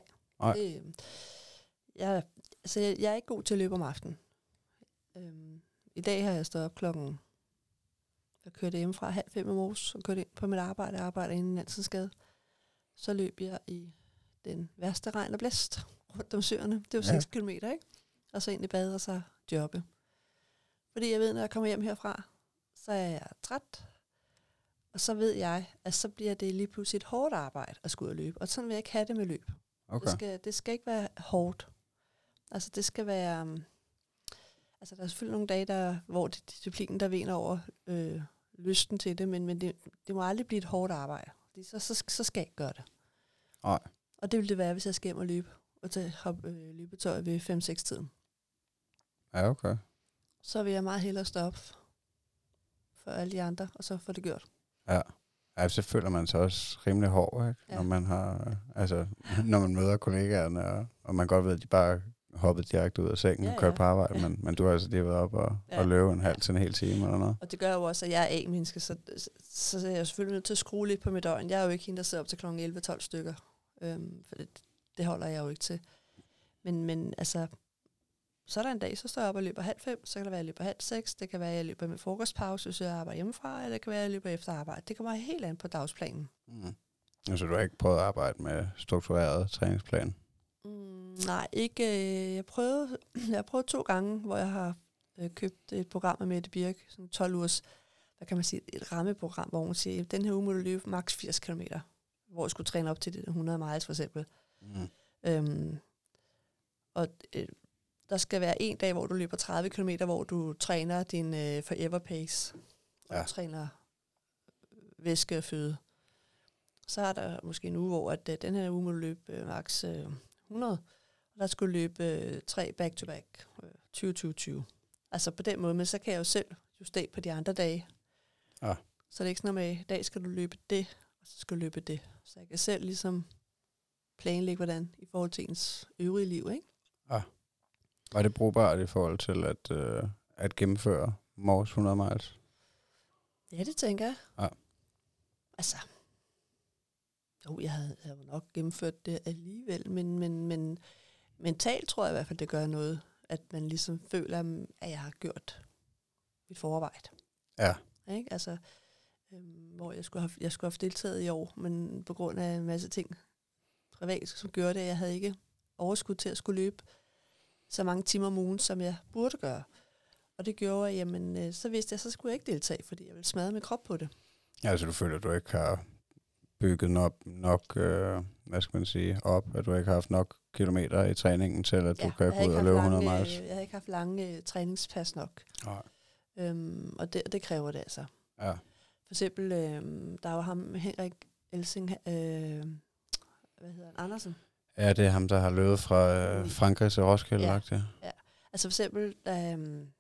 Jeg er ikke god til at løbe om aftenen. I dag har jeg stået op klokken. Jeg kørte hjemmefra 4:30 i morges og kørte ind på mit arbejde. Jeg arbejder inde i Nansensgade. Så løb jeg i den værste regn og blæst rundt om søerne. Det var 6 kilometer, ikke? Og så ind i bad og så jobbe. Fordi jeg ved, når jeg kommer hjem herfra, så er jeg træt. Og så ved jeg, at så bliver det lige pludselig et hårdt arbejde at skulle ud og løbe. Og sådan vil jeg ikke have det med løb. Okay. Det skal ikke være hårdt. Altså det skal være... altså der er selvfølgelig nogle dage, hvor det er disciplinen, der vinder over lysten til det, men det må aldrig blive et hårdt arbejde. Så skal jeg ikke gøre det. Nej. Og det vil det være, hvis jeg skal hjem og løbe, og tage løbetøj ved 5-6-tiden. Ja, okay. Så vil jeg meget hellere stoppe for alle de andre, og så få det gjort. Ja, så føler man sig også rimelig hård, ikke? Ja. Når man har, når man møder kollegaerne, og man godt ved, at de bare hoppet direkte ud af sengen og kørt på arbejde, men du har altså lige været op og løbe en halv til en hel time eller noget. Og det gør jo også, at jeg er A-menneske, så er jeg selvfølgelig nødt til at skrue lidt på mit døgn. Jeg er jo ikke hende, der sidder op til kl. 11-12 stykker, for det holder jeg jo ikke til. Men altså, så er der en dag, så står jeg op og løber 4:30, så kan det være, at jeg løber 5:30, det kan være, at jeg løber med frokostpause, hvis jeg arbejder hjemmefra, eller det kan være, at jeg løber efter arbejde. Det kommer helt an på dagsplanen. Altså, du har ikke prøvet at arbejde med struktureret træningsplan? Nej, ikke. Jeg prøvede 2 gange, hvor jeg har købt et program med Mette Birk, sådan 12 ugers, hvad kan man sige, et rammeprogram, hvor hun siger, den her uge må du løbe maks 80 km, hvor jeg skulle træne op til det 100 miles for eksempel. Der skal være en dag, hvor du løber 30 km, hvor du træner din forever pace, og du træner væske og føde. Så er der måske en uge, hvor at, den her uge må du løbe maks 100, og der skulle løbe 3 back-to-back, 20-20-20. Altså på den måde, men så kan jeg jo selv justere på de andre dage. Ja. Så det er ikke sådan noget med, i dag skal du løbe det, og så skal du løbe det. Så jeg kan selv ligesom planlægge, hvordan i forhold til ens øvrige liv, ikke? Ja. Var det brugbart i forhold til at gennemføre Mors 100 miles? Ja, det tænker jeg. Ja. Altså, jo, jeg havde nok gennemført det alligevel, men mentalt tror jeg i hvert fald, det gør noget, at man ligesom føler, at jeg har gjort mit forarbejde. Ja. Ikke? Altså, hvor jeg skulle have deltaget i år, men på grund af en masse ting privat, som gjorde det, at jeg havde ikke overskud til at skulle løbe så mange timer om ugen, som jeg burde gøre. Og det gjorde, at jamen, så vidste jeg, så skulle jeg ikke deltage, fordi jeg ville smadre min krop på det. Ja, altså du føler, at du ikke har bygget nok hvad skal man sige, op, at du ikke har haft nok kilometer i træningen til, at du kan gå ud og løbe 100 miles? Jeg har ikke haft lange træningspas nok. Nej. Og det kræver det altså. Ja. For eksempel, der er jo ham, Henrik Elsing, hvad hedder han, Andersen? Ja, det er ham, der har løbet fra Frankrig til Roskilde. Ja. Altså for eksempel, da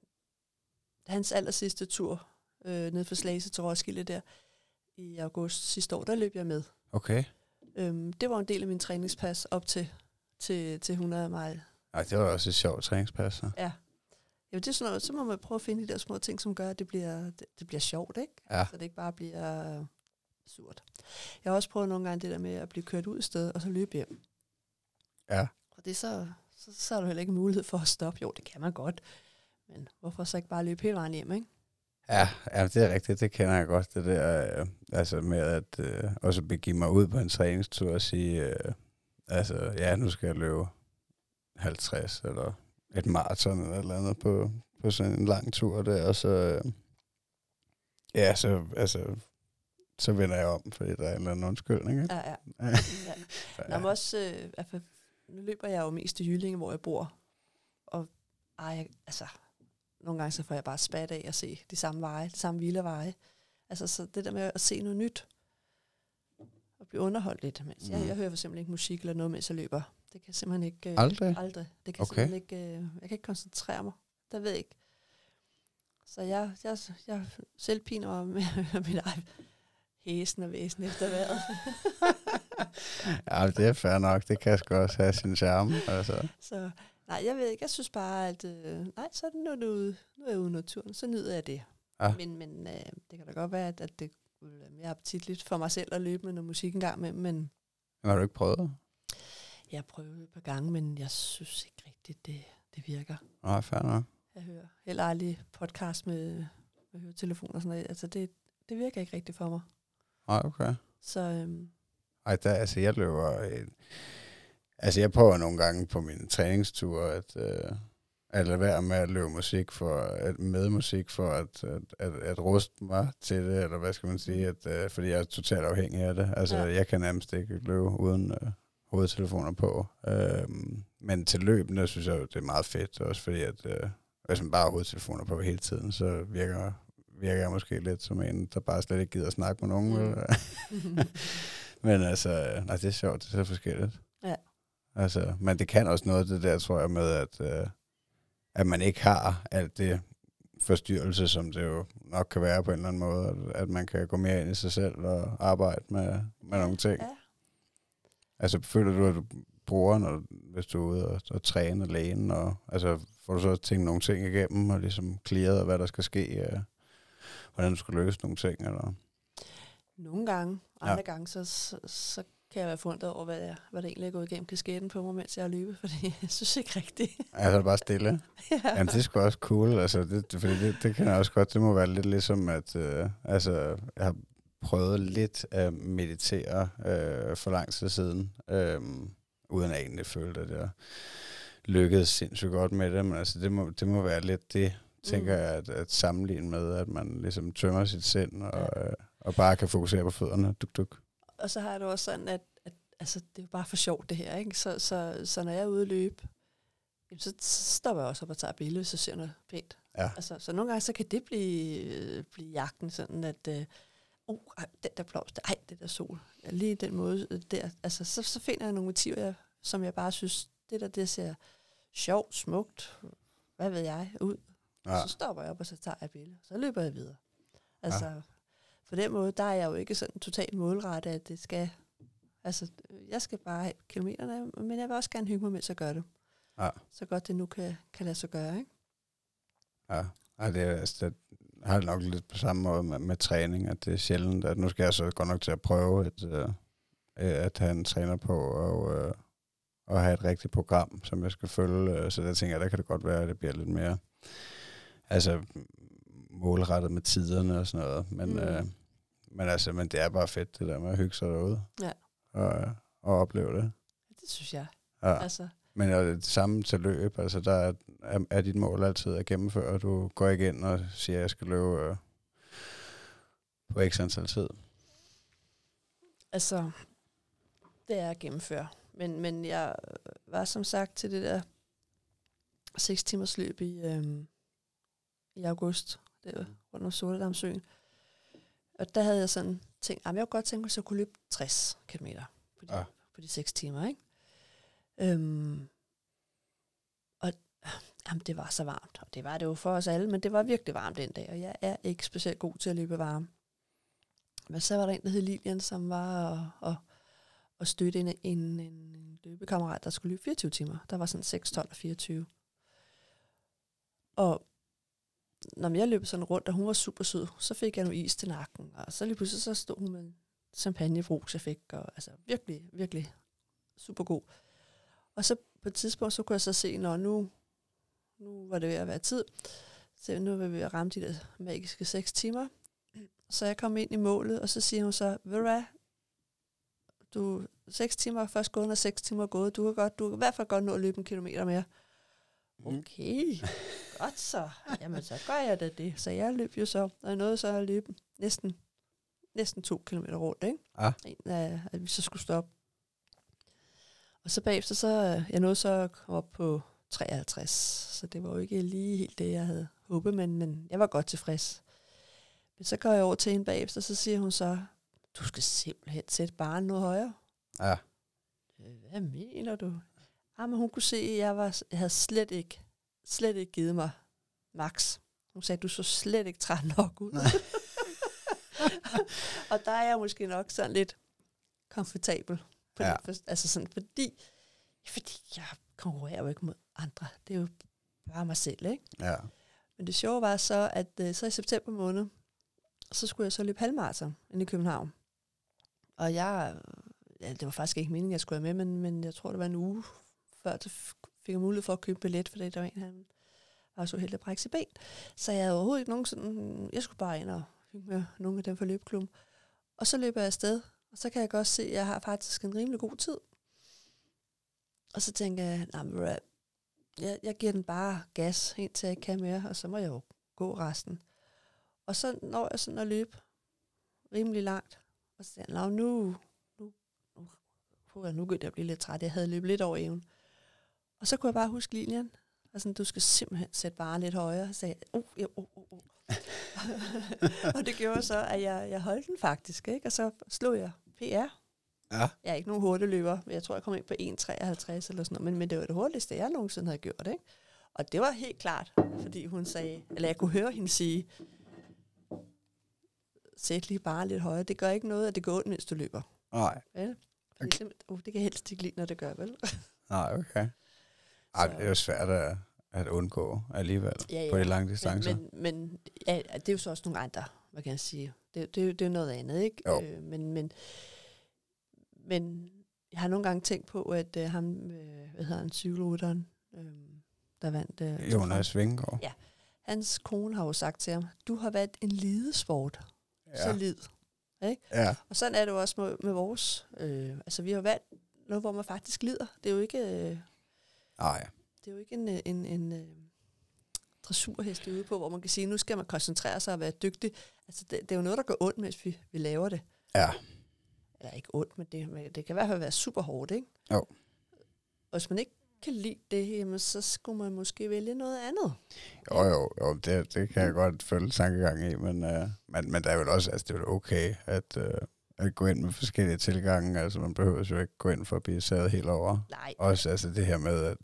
hans allersidste tur ned for Slagelse til Roskilde der, i august sidste år, der løb jeg med. Okay. Det var en del af min træningspas op til 100 mile. Nej, det var også et sjovt træningspas. Så. Ja. Ja, det er sådan noget, så må man prøve at finde de der små ting, som gør, at det bliver sjovt, ikke? Ja. Så det ikke bare bliver surt. Jeg har også prøvet nogle gange det der med at blive kørt ud et sted, og så løbe hjem. Ja. Og det er så er der heller ikke mulighed for at stoppe. Jo, det kan man godt. Men hvorfor så ikke bare løbe hele vejen hjem, ikke? Ja, det er rigtigt. Det kender jeg godt. Det der, altså med at også begive mig ud på en træningstur og sige, nu skal jeg løbe 50 eller et maraton eller et eller andet på sådan en lang tur der, og så så vender jeg om, fordi der er en eller anden undskyldning, ikke? Ja. Nå, men også, nu løber jeg jo mest i Jyllinge, hvor jeg bor, og nogle gange så får jeg bare spat af at se de samme veje, de samme vilde veje. Altså, så det der med at se noget nyt, og blive underholdt lidt. Mens jeg hører for eksempel ikke musik eller noget, mens jeg løber. Det kan jeg simpelthen ikke... Aldrig? Det kan simpelthen ikke... jeg kan ikke koncentrere mig. Det ved jeg ikke. Så jeg selv piner med mit eget hæsen og væsen efter vejret. Ja, det er fair nok. Det kan sgu også have sin charme. Altså. Så nej, jeg ved ikke. Jeg synes bare, at så nu er jeg ude i naturen, så nyder jeg det. Ja. Men det kan da godt være, at det vil være mere appetitligt for mig selv at løbe med noget musik en gang med, men... Har du ikke prøvet det? Jeg har prøvet et par gange, men jeg synes ikke rigtigt, det virker. Nej, fair nok. Jeg hører heller aldrig podcast med høretelefoner og sådan noget. Altså, det virker ikke rigtigt for mig. Nej, okay. Så... jeg løber... jeg prøver nogle gange på mine træningsture at lade være med at løbe musik med musik for at ruste mig til det, eller hvad skal man sige, fordi jeg er totalt afhængig af det. Altså, jeg kan nærmest ikke løbe uden hovedtelefoner på. Men til løbende synes jeg jo, det er meget fedt, også fordi at hvis man bare har hovedtelefoner på hele tiden, så virker jeg måske lidt som en, der bare slet ikke gider at snakke med nogen. Men altså, det er sjovt, det er så forskelligt. Ja. Altså, men det kan også noget det der, tror jeg, med at man ikke har alt det forstyrrelse, som det jo nok kan være på en eller anden måde, at man kan gå mere ind i sig selv og arbejde med nogle ting. Ja. Altså, føler du, at du bruger, hvis du er ude og træne alene, og altså, får du så tænkt nogle ting igennem, og ligesom clearet, hvad der skal ske, hvordan du skal løse nogle ting, eller? Nogle gange, andre gange, så kan jeg være fundet over, hvad det egentlig er gået igennem kasketten på mig, mens jeg har løbet, fordi jeg synes ikke rigtigt. Altså, bare stille? Ja. Jamen, det er sgu også cool, altså, fordi det kan jeg også godt, det må være lidt ligesom, at altså, jeg har prøvet lidt at meditere for lang tid siden, uden at egentlig føle, at jeg lykkedes sindssygt godt med det, men altså, det må være lidt det, tænker jeg, at sammenligne med, at man ligesom tømmer sit sind, og bare kan fokusere på fødderne, duk. Og så har jeg det også sådan, at altså, det er jo bare for sjovt det her, ikke? Så når jeg er ude at løbe, så stopper jeg også op og tager billede, så ser noget pænt. Ja. Altså, så nogle gange, så kan det blive jagten, sådan at, den der blomst, det der sol, lige den måde der. Altså, så finder jeg nogle motiver, som jeg bare synes, det ser sjovt, smukt, hvad ved jeg, ud. Ja. Så stopper jeg op, og så tager jeg billede, så løber jeg videre. Altså, på den måde, der er jeg jo ikke sådan totalt målrettet, at det skal, altså, jeg skal bare have kilometerne, men jeg vil også gerne hygge mig, mens jeg gør det. Ja. Så godt det nu kan lade sig gøre, ikke? Ja, det er, altså, det har det nok lidt på samme måde med træning, at det er sjældent, at nu skal jeg så godt nok til at prøve at have en træner på, og have et rigtigt program, som jeg skal følge, så der tænker jeg, der kan det godt være, at det bliver lidt mere, altså, målrettet med tiderne og sådan noget, men det er bare fedt, det der med at hygge sig derude, og opleve det. Det synes jeg. Ja. Altså. Men er det samme til løb, altså der er dit mål altid at gennemføre, og du går ikke ind og siger, at jeg skal løbe på x antal tid? Altså, det er at gennemføre, men jeg var som sagt til det der 6 timers løb i august, det var rundt om Sortedamsøen. Og der havde jeg sådan tænkt, jeg kunne godt tænke mig, at jeg kunne løbe 60 km på de 6 timer, ikke? Og det var så varmt, og det var det jo for os alle, men det var virkelig varmt den dag, og jeg er ikke specielt god til at løbe varme. Men så var der en, der hed Lilian, som var og støtte en løbekammerat, der skulle løbe 24 timer. Der var sådan 6, 12 og 24. Og når jeg løb sådan rundt, og hun var super sød, så fik jeg noget is til nakken, og så lige pludselig så stod hun med en champagnebrus, jeg fik, og altså virkelig, virkelig super god. Og så på et tidspunkt, så kunne jeg så se, når nu var det ved at være tid, så nu vil vi ramme de der magiske 6 timer. Så jeg kom ind i målet, og så siger hun så, ved du hvad, du 6 timer er først gået, og 6 timer er gået, du kan i hvert fald godt nå at løbe en kilometer mere. Okay, godt så. Jamen, så gør jeg da det. Så jeg løb jo så, og jeg nåede så at løbe næsten 2 kilometer rundt, ikke? At vi så skulle stoppe. Og så bagefter, så jeg nåede så at komme op på 53, så det var jo ikke lige helt det, jeg havde håbet, men jeg var godt tilfreds. Men så går jeg over til hende bagefter, så siger hun så, du skal simpelthen sætte barren noget højere. Ja. Hvad mener du? Men hun kunne se, at jeg havde slet ikke givet mig max. Hun sagde, du så slet ikke træt nok ud. Og der er jeg måske nok sådan lidt komfortabel. Altså sådan, fordi jeg konkurrerer jo ikke mod andre. Det er jo bare mig selv, ikke? Ja. Men det sjove var så, at så i september måned, så skulle jeg så løbe halvmaraton inde i København. Og det var faktisk ikke meningen, at jeg skulle være med, men jeg tror, det var en uge før, så fik jeg mulighed for at købe billet, fordi der var en, han var så heldig at brække sit ben. Så jeg havde overhovedet ikke nogen sådan, jeg skulle bare ind og hygge med nogle af dem fra løbeklubben. Og så løber jeg afsted, og så kan jeg godt se, at jeg har faktisk en rimelig god tid. Og så tænker jeg, jeg giver den bare gas, helt til jeg ikke kan mere, og så må jeg jo gå resten. Og så når jeg sådan at løbe rimelig langt, og så tænker jeg, nu begyndte jeg at blive lidt træt. Jeg havde løbet lidt over evnen. Og så kunne jeg bare huske Lilian. Altså, du skal simpelthen sætte bare lidt højere. Og sagde, og det gjorde så, at jeg holdt den faktisk, ikke? Og så slog jeg PR. Ja. Jeg er ikke nogen hurtigløber, men jeg tror, jeg kom ind på 1,53 eller sådan noget. Men det var det hurtigste, jeg nogensinde havde gjort, ikke? Og det var helt klart, fordi hun sagde, eller jeg kunne høre hende sige, sæt lige bare lidt højere. Det gør ikke noget, at det går ondt, mens du løber. Nej. Vel? Okay. Det kan jeg helst ikke lide, når det gør, vel? Nej, okay. Ej, det er jo svært at undgå alligevel på de lange distancer. Men ja, det er jo så også nogle andre, hvad kan jeg sige. Det er jo noget andet, ikke? Men jeg har nogle gange tænkt på, at ham, hvad hedder han, cykelrytteren, der vandt... Jonas Vingegaard. Ja, hans kone har jo sagt til ham, du har været en lidesport. Ja. Så lid. Ikke? Ja. Og sådan er det jo også med vores... altså, vi har valgt noget, hvor man faktisk lider. Det er jo ikke... Nej. Det er jo ikke en dressurhest ude på, hvor man kan sige, nu skal man koncentrere sig og være dygtig. Altså, det er jo noget, der går ondt, mens vi laver det. Ja. Eller ikke ondt, men det kan i hvert fald være super hårdt, ikke? Jo. Og hvis man ikke kan lide det, jamen, så skulle man måske vælge noget andet. Jo, det kan jeg godt følge tankegang i, men der er vel også, altså det er jo okay at gå ind med forskellige tilgange, altså man behøver jo ikke gå ind for at blive saget helt over. Nej. Også altså det her med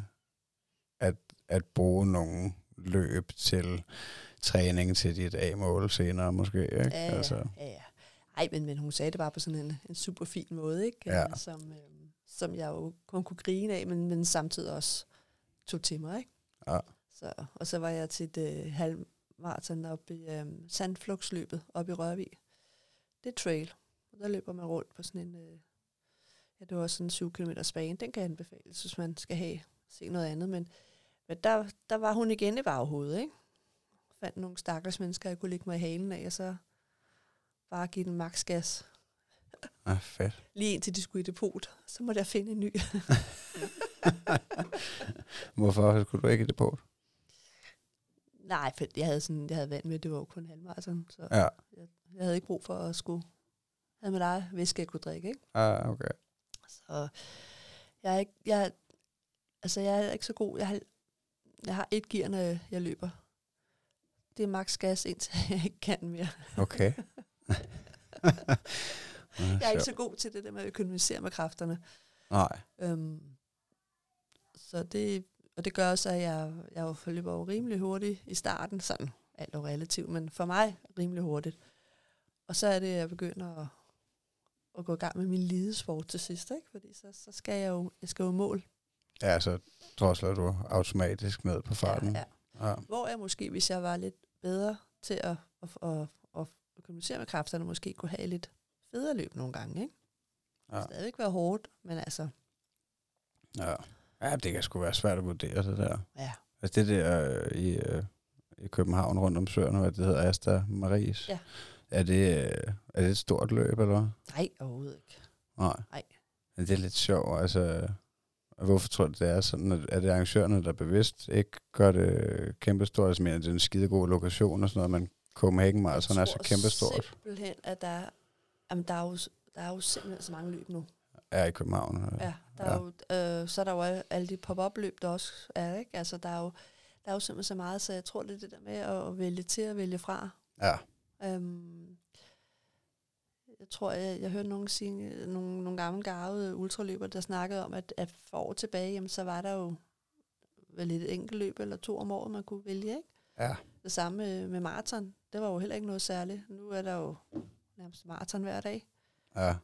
at bruge nogle løb til træning til dit A-mål senere måske, ikke? Ja. Ej, men hun sagde det bare på sådan en super fin måde, ikke? Ja. Som jeg jo kun kunne grine af, men samtidig også tog til mig, ikke? Ja. Og så var jeg til et halvmarathon oppe i Sandflugtsløbet oppe i Rørvig. Det er trail, og der løber man rundt på sådan en, det var sådan en 7 km bane. Den kan jeg anbefale, hvis man skal se noget andet, men der var hun igen i baghovedet, ikke? Fandt nogle stakkels mennesker, jeg kunne lægge mig i halen af, og så bare give den maks gas. Fedt. Lige indtil de skulle i depot, så måtte jeg finde en ny. Hvorfor skulle du ikke i depot? Nej, for jeg havde vand med, det var jo kun halvmarathon, så ja. jeg havde ikke brug for at havde med dig væske, jeg kunne drikke, ikke? Okay. Så jeg er ikke så god. Jeg har et gear, når jeg løber. Det er maks gas, indtil jeg ikke kan mere. Okay. Jeg er ikke så god til det der med at økonomisere med kræfterne. Nej. Så det gør også, at jeg løber jo rimelig hurtigt i starten, sådan alt og relativt, men for mig rimelig hurtigt. Og så er det, at jeg begynder at gå i gang med min lidesport til sidst, ikke? Fordi så skal jeg skal jo mål. Ja, så drosler du automatisk ned på farten. Ja. Hvor jeg måske, hvis jeg var lidt bedre til at kommunicere med kræfterne, måske kunne have lidt federe løb nogle gange, ikke? Ja. Det stadigvæk være hårdt, men altså... Ja, det kan sgu være svært at vurdere det der. Ja. Altså det der i København rundt om søerne, hvad det hedder, Asta Maries. Ja. Er det et stort løb, eller hvad? Nej, overhovedet ikke. Nej. Men det er lidt sjovt, altså... Hvorfor tror du, det er sådan? Er det arrangørerne, der bevidst ikke gør det kæmpestort? Altså, det er en skidegod lokation og sådan noget, men Copenhagen Marathon er så kæmpestort. Jeg tror simpelthen, at der er jo simpelthen så mange løb nu. Ja, i København. Ja, så er der jo alle de pop-up løb, der også er, ikke? Altså, der er jo simpelthen så meget, så jeg tror, det er det der med at vælge til at vælge fra. Ja. Jeg tror, jeg hørte nogen sige, nogle gamle garvede ultraløber, der snakkede om, at for år tilbage, jamen, så var der jo vel et enkelt løb eller 2 om året, man kunne vælge, ikke? Ja. Det samme med maraton. Det var jo heller ikke noget særligt. Nu er der jo nærmest maraton hver dag. Ja.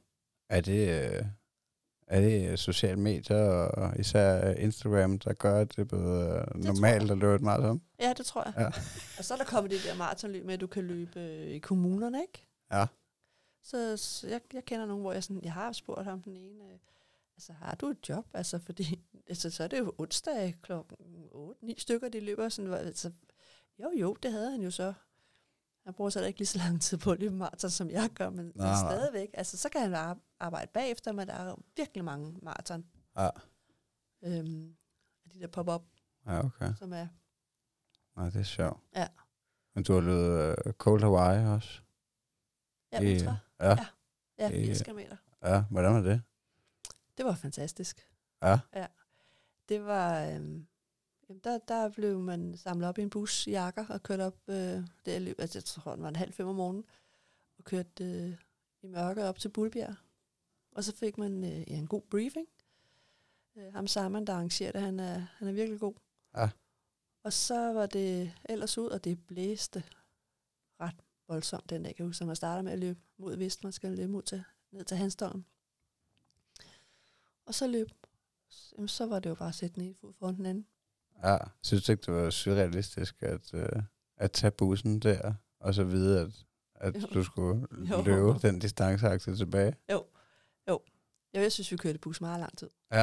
Er det sociale medier, og især Instagram, der gør, at det er både normalt at løbe et maraton? Ja, det tror jeg. Ja. Og så er der kommet det der maratonløb med, at du kan løbe i kommunerne, ikke? Ja. Så jeg kender nogen, hvor jeg har spurgt ham den ene, altså har du et job? Altså fordi, altså, så er det jo onsdag klokken 8-9 stykker, de løber sådan, altså, jo, det havde han jo så. Han bruger så ikke lige så lang tid på at løbe maraton, som jeg gør, men stadigvæk. Altså, så kan han arbejde bagefter, men der er virkelig mange maraton. Ja. De der pop-up, okay. som er... Nej, det er sjovt. Ja. Men du har løbet Cold Hawaii også? Ja, ultra. Ja, 80 km. Ja, hvordan var det? Det var fantastisk. Ja. Det var... Der blev man samlet op i en bus i jakker og kørt op der. Altså, jeg tror, det var 4:30 om morgenen. Og kørte i mørke op til Bulbjerg. Og så fik man en god briefing. Ham Simon, der arrangerer det, han er virkelig god. Ja. Og så var det ellers ud, og det blæste ret voldsomt den dag. Jeg kan huske, at man starter med at løbe mod vest, man skal løbe ned til Hanstholm. Og så så var det jo bare at sætte den ene fod foran den anden. Ja, synes du ikke, det var surrealistisk at tage bussen der, og så vide, at du skulle løbe den distanceakse tilbage? Jo. Jeg synes, vi kørte bus meget lang tid. Ja.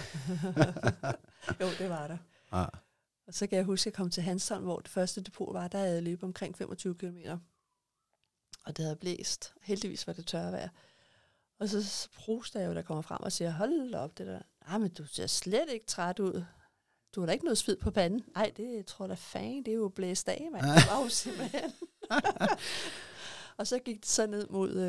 Jo, det var der. Ja. Og så kan jeg huske, at jeg kom til Hanstholm, hvor det første depot var, der havde jeg løbet omkring 25 kilometer. Og det havde blæst. Heldigvis var det tørre vejr. Og så pruster jeg jo, der kommer frem og siger, hold op det der. Nej, men du ser slet ikke træt ud. Du har da ikke noget sved på panden. Nej, det tror jeg da fanden, det er jo blæst af, mand. Det var jo simpelthen. Og så gik det så ned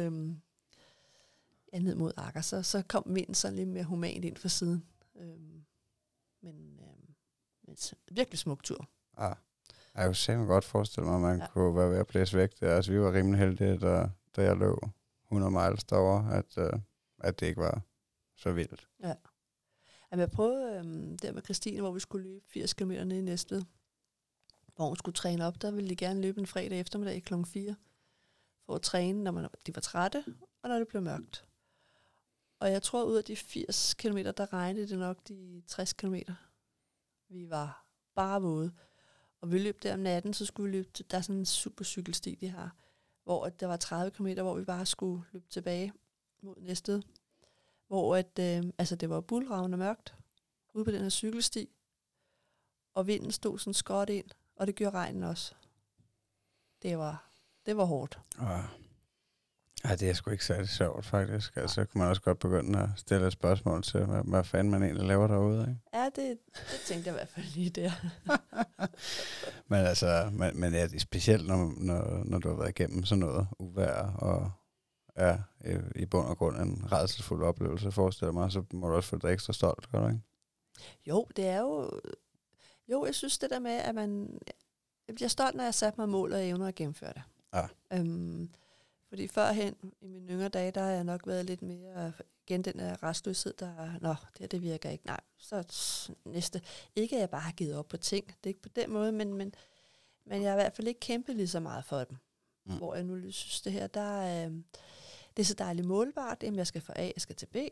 mod Akker. Så kom vinden sådan lidt mere humant ind fra siden. Men virkelig smuk tur. Ja. Jeg kunne simpelthen godt forestille mig, at man kunne være ved at blæse væk der. Altså, vi var rimelig heldige, da jeg løb 100 miles derovre, at det ikke var så vildt. Ja. Jamen, jeg prøvede der med Christine, hvor vi skulle løbe 80 km ned i Næstved, hvor hun skulle træne op. Der ville de gerne løbe en fredag eftermiddag kl. 4 for at træne, når de var trætte, og når det blev mørkt. Og jeg tror, ud af de 80 km, der regnede det nok de 60 km. Vi var bare våde. Og vi løb der om natten, så skulle vi løbe der er sådan en supercykelsti, de har, hvor der var 30 km, hvor vi bare skulle løbe tilbage mod Næstved. Hvor det var bulravende mørkt ude på den her cykelsti, og vinden stod sådan skråt ind, og det gjorde regnen også. Det var hårdt. Ja, det er sgu ikke særlig sjovt, faktisk. Altså, så kan man også godt begynde at stille et spørgsmål til, hvad fanden man egentlig laver derude, ikke? Ja, det tænkte jeg i hvert fald lige der. Men altså, men er det specielt, når du har været igennem sådan noget uvejr, og er i bund og grund en rædselsfuld oplevelse, forestiller mig, så må du også føle dig ekstra stolt, gør du ikke? Jo, det er jo... Jo, jeg synes det der med, at jeg bliver stolt, når jeg satte mig mål og evner at gennemføre det. Ja. Fordi førhen, i mine yngre dage, der har jeg nok været lidt mere, igen den der restløshed, det virker ikke. Nej, så næste. Ikke at jeg bare har givet op på ting, det er ikke på den måde, men jeg har i hvert fald ikke kæmpet lige så meget for dem. Hvor jeg nu synes, det her, det er så dejligt målbart, at jeg skal fra A, jeg skal til B,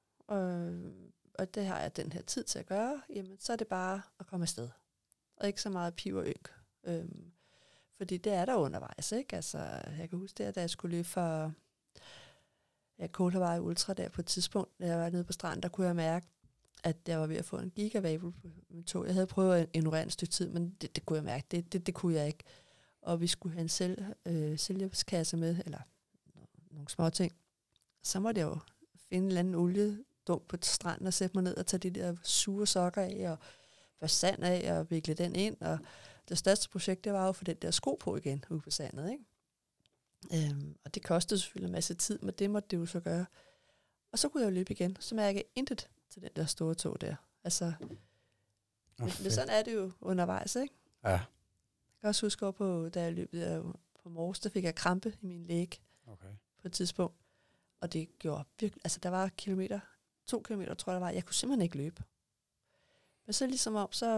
og det har jeg den her tid til at gøre, jamen så er det bare at komme afsted. Og ikke så meget piv og ynk. Fordi det er der undervejs, ikke? Altså, jeg kan huske det, da jeg skulle løbe for Kålhavej Ultra der på et tidspunkt, da jeg var nede på stranden, der kunne jeg mærke, at jeg var ved at få en gigavabel på mit tog. Jeg havde prøvet at ignorere en stykke tid, men det kunne jeg mærke, det kunne jeg ikke. Og vi skulle have en selvhjælpskasse med, eller nogle små ting. Så måtte jeg jo finde en eller anden oliedunk på stranden og sætte mig ned og tage de der sure sokker af, og få sand af og vikle den ind, og det største projekt, det var jo at få den der sko på igen ude på sandet, ikke? Og det kostede selvfølgelig en masse tid, men det måtte det jo så gøre. Og så kunne jeg jo løbe igen, så mærkede jeg intet til den der store tog der. Altså, men sådan er det jo undervejs, ikke? Ja. Jeg kan også huske på, da jeg løb der på Mors, der fik jeg krampe i min læg på et tidspunkt. Og det gjorde virkelig, altså der var 2 kilometer, tror jeg der var. Jeg kunne simpelthen ikke løbe. Men så ligesom om, så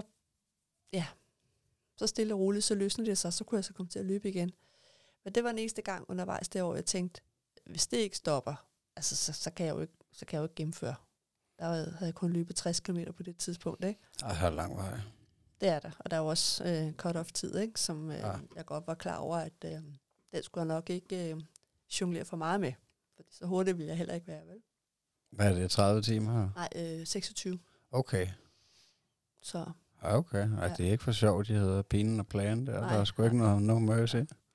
stille og roligt, så løsnede det sig, så kunne jeg så komme til at løbe igen. Men det var den eneste gang undervejs det år, jeg tænkte, hvis det ikke stopper, altså så kan jeg jo ikke gennemføre. Der havde jeg kun løbet 60 km på det tidspunkt, ikke? Det er lang vej. Det er der, og der er jo også cut-off tid, ikke? Som jeg godt var klar over, at den skulle jeg nok ikke jonglere for meget med. For så hurtigt ville jeg heller ikke være, vel? Hvad er det, 30 timer her? Nej, 26. Okay. Så. Okay, ja. Det er ikke for sjovt, de hedder pinen og planen der. Nej, der er sgu ikke noget mercy.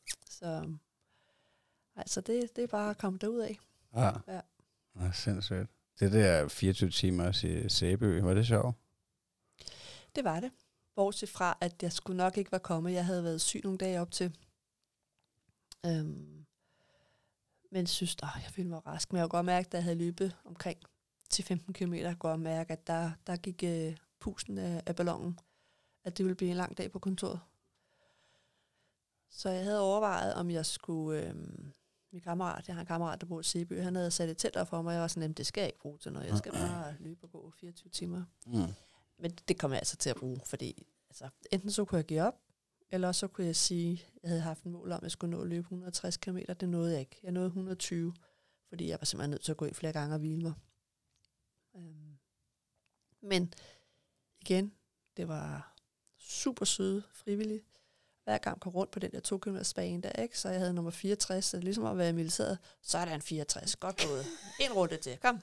Så det er bare at komme derud af. Ja. Ja, sindssygt. Det der 24 timer i Sæby, var det sjovt? Det var det. Bortset fra, at jeg skulle nok ikke være kommet. Jeg havde været syg nogle dage op til. Men synes, jeg følte mig rask. Men jeg kunne godt mærke, at jeg havde løbet omkring 10-15 km. Jeg kunne godt mærke, at der gik pusten af ballonen. At det ville blive en lang dag på kontoret. Så jeg havde overvejet, om jeg skulle... jeg har en kammerat, der bor i Sæby. Han havde sat et telt op for mig, og jeg var sådan, det skal jeg ikke bruge til noget. Jeg skal bare løbe og gå 24 timer. Men det kommer jeg altså til at bruge, fordi altså, enten så kunne jeg give op, eller så kunne jeg sige, at jeg havde haft en mål om, at jeg skulle nå at løbe 160 km. Det nåede jeg ikke. Jeg nåede 120, fordi jeg var simpelthen nødt til at gå ind flere gange og hvile mig. Men igen, det var super søde, frivillige. Hver gang kom rundt på den der 2 km bane der, ikke? Så jeg havde nummer 64, så det er ligesom at være i militæret. Så er der en 64, godt gået. En runde til, kom.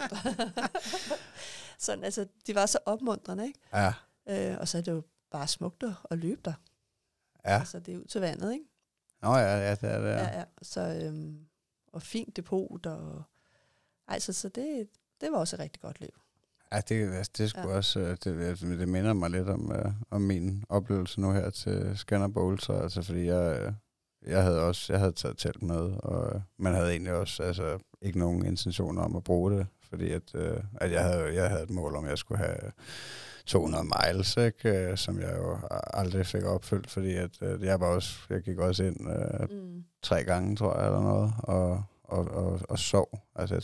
Sådan, altså, de var så opmuntrende, ikke? Ja. Og så er det jo bare smukt at løbe der. Ja. Altså, det er ud til vandet, ikke? Nå ja, det er det. Ja. Så, og fint depot, og altså, så det var også et rigtig godt løb. Ja, det skulle også, det minder mig lidt om min oplevelse nu her til Skanderborg Ultra, altså fordi jeg havde taget telt med, og man havde egentlig også altså ikke nogen intentioner om at bruge det, fordi at jeg havde et mål om, at jeg skulle have 200 miles, ikke? Som jeg jo aldrig fik opfyldt, fordi at jeg gik også ind 3 gange, tror jeg, eller noget, og sov. Altså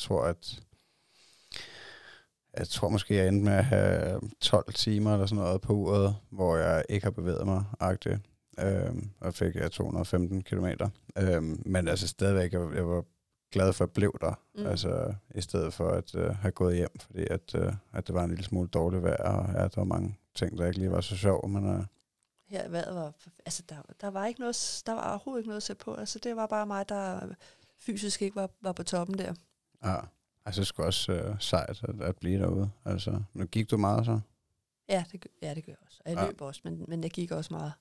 jeg tror måske, jeg endte med at have 12 timer eller sådan noget på uret, hvor jeg ikke har bevæget mig agtigt. Og fik 215 kilometer. Men altså stadigvæk, jeg var glad for at blive der. Altså i stedet for at have gået hjem, fordi at det var en lille smule dårligt vejr, og der var mange ting, der ikke lige var så sjov. Men, her vejret var, altså der var ikke noget, der var overhovedet ikke noget at sætte på. Altså det var bare mig, der fysisk ikke var på toppen der. Ja. Altså, det skulle også sejt at blive derude. Altså, nu gik du meget så? Ja, det gør jeg også. Jeg løb også, men jeg gik også meget.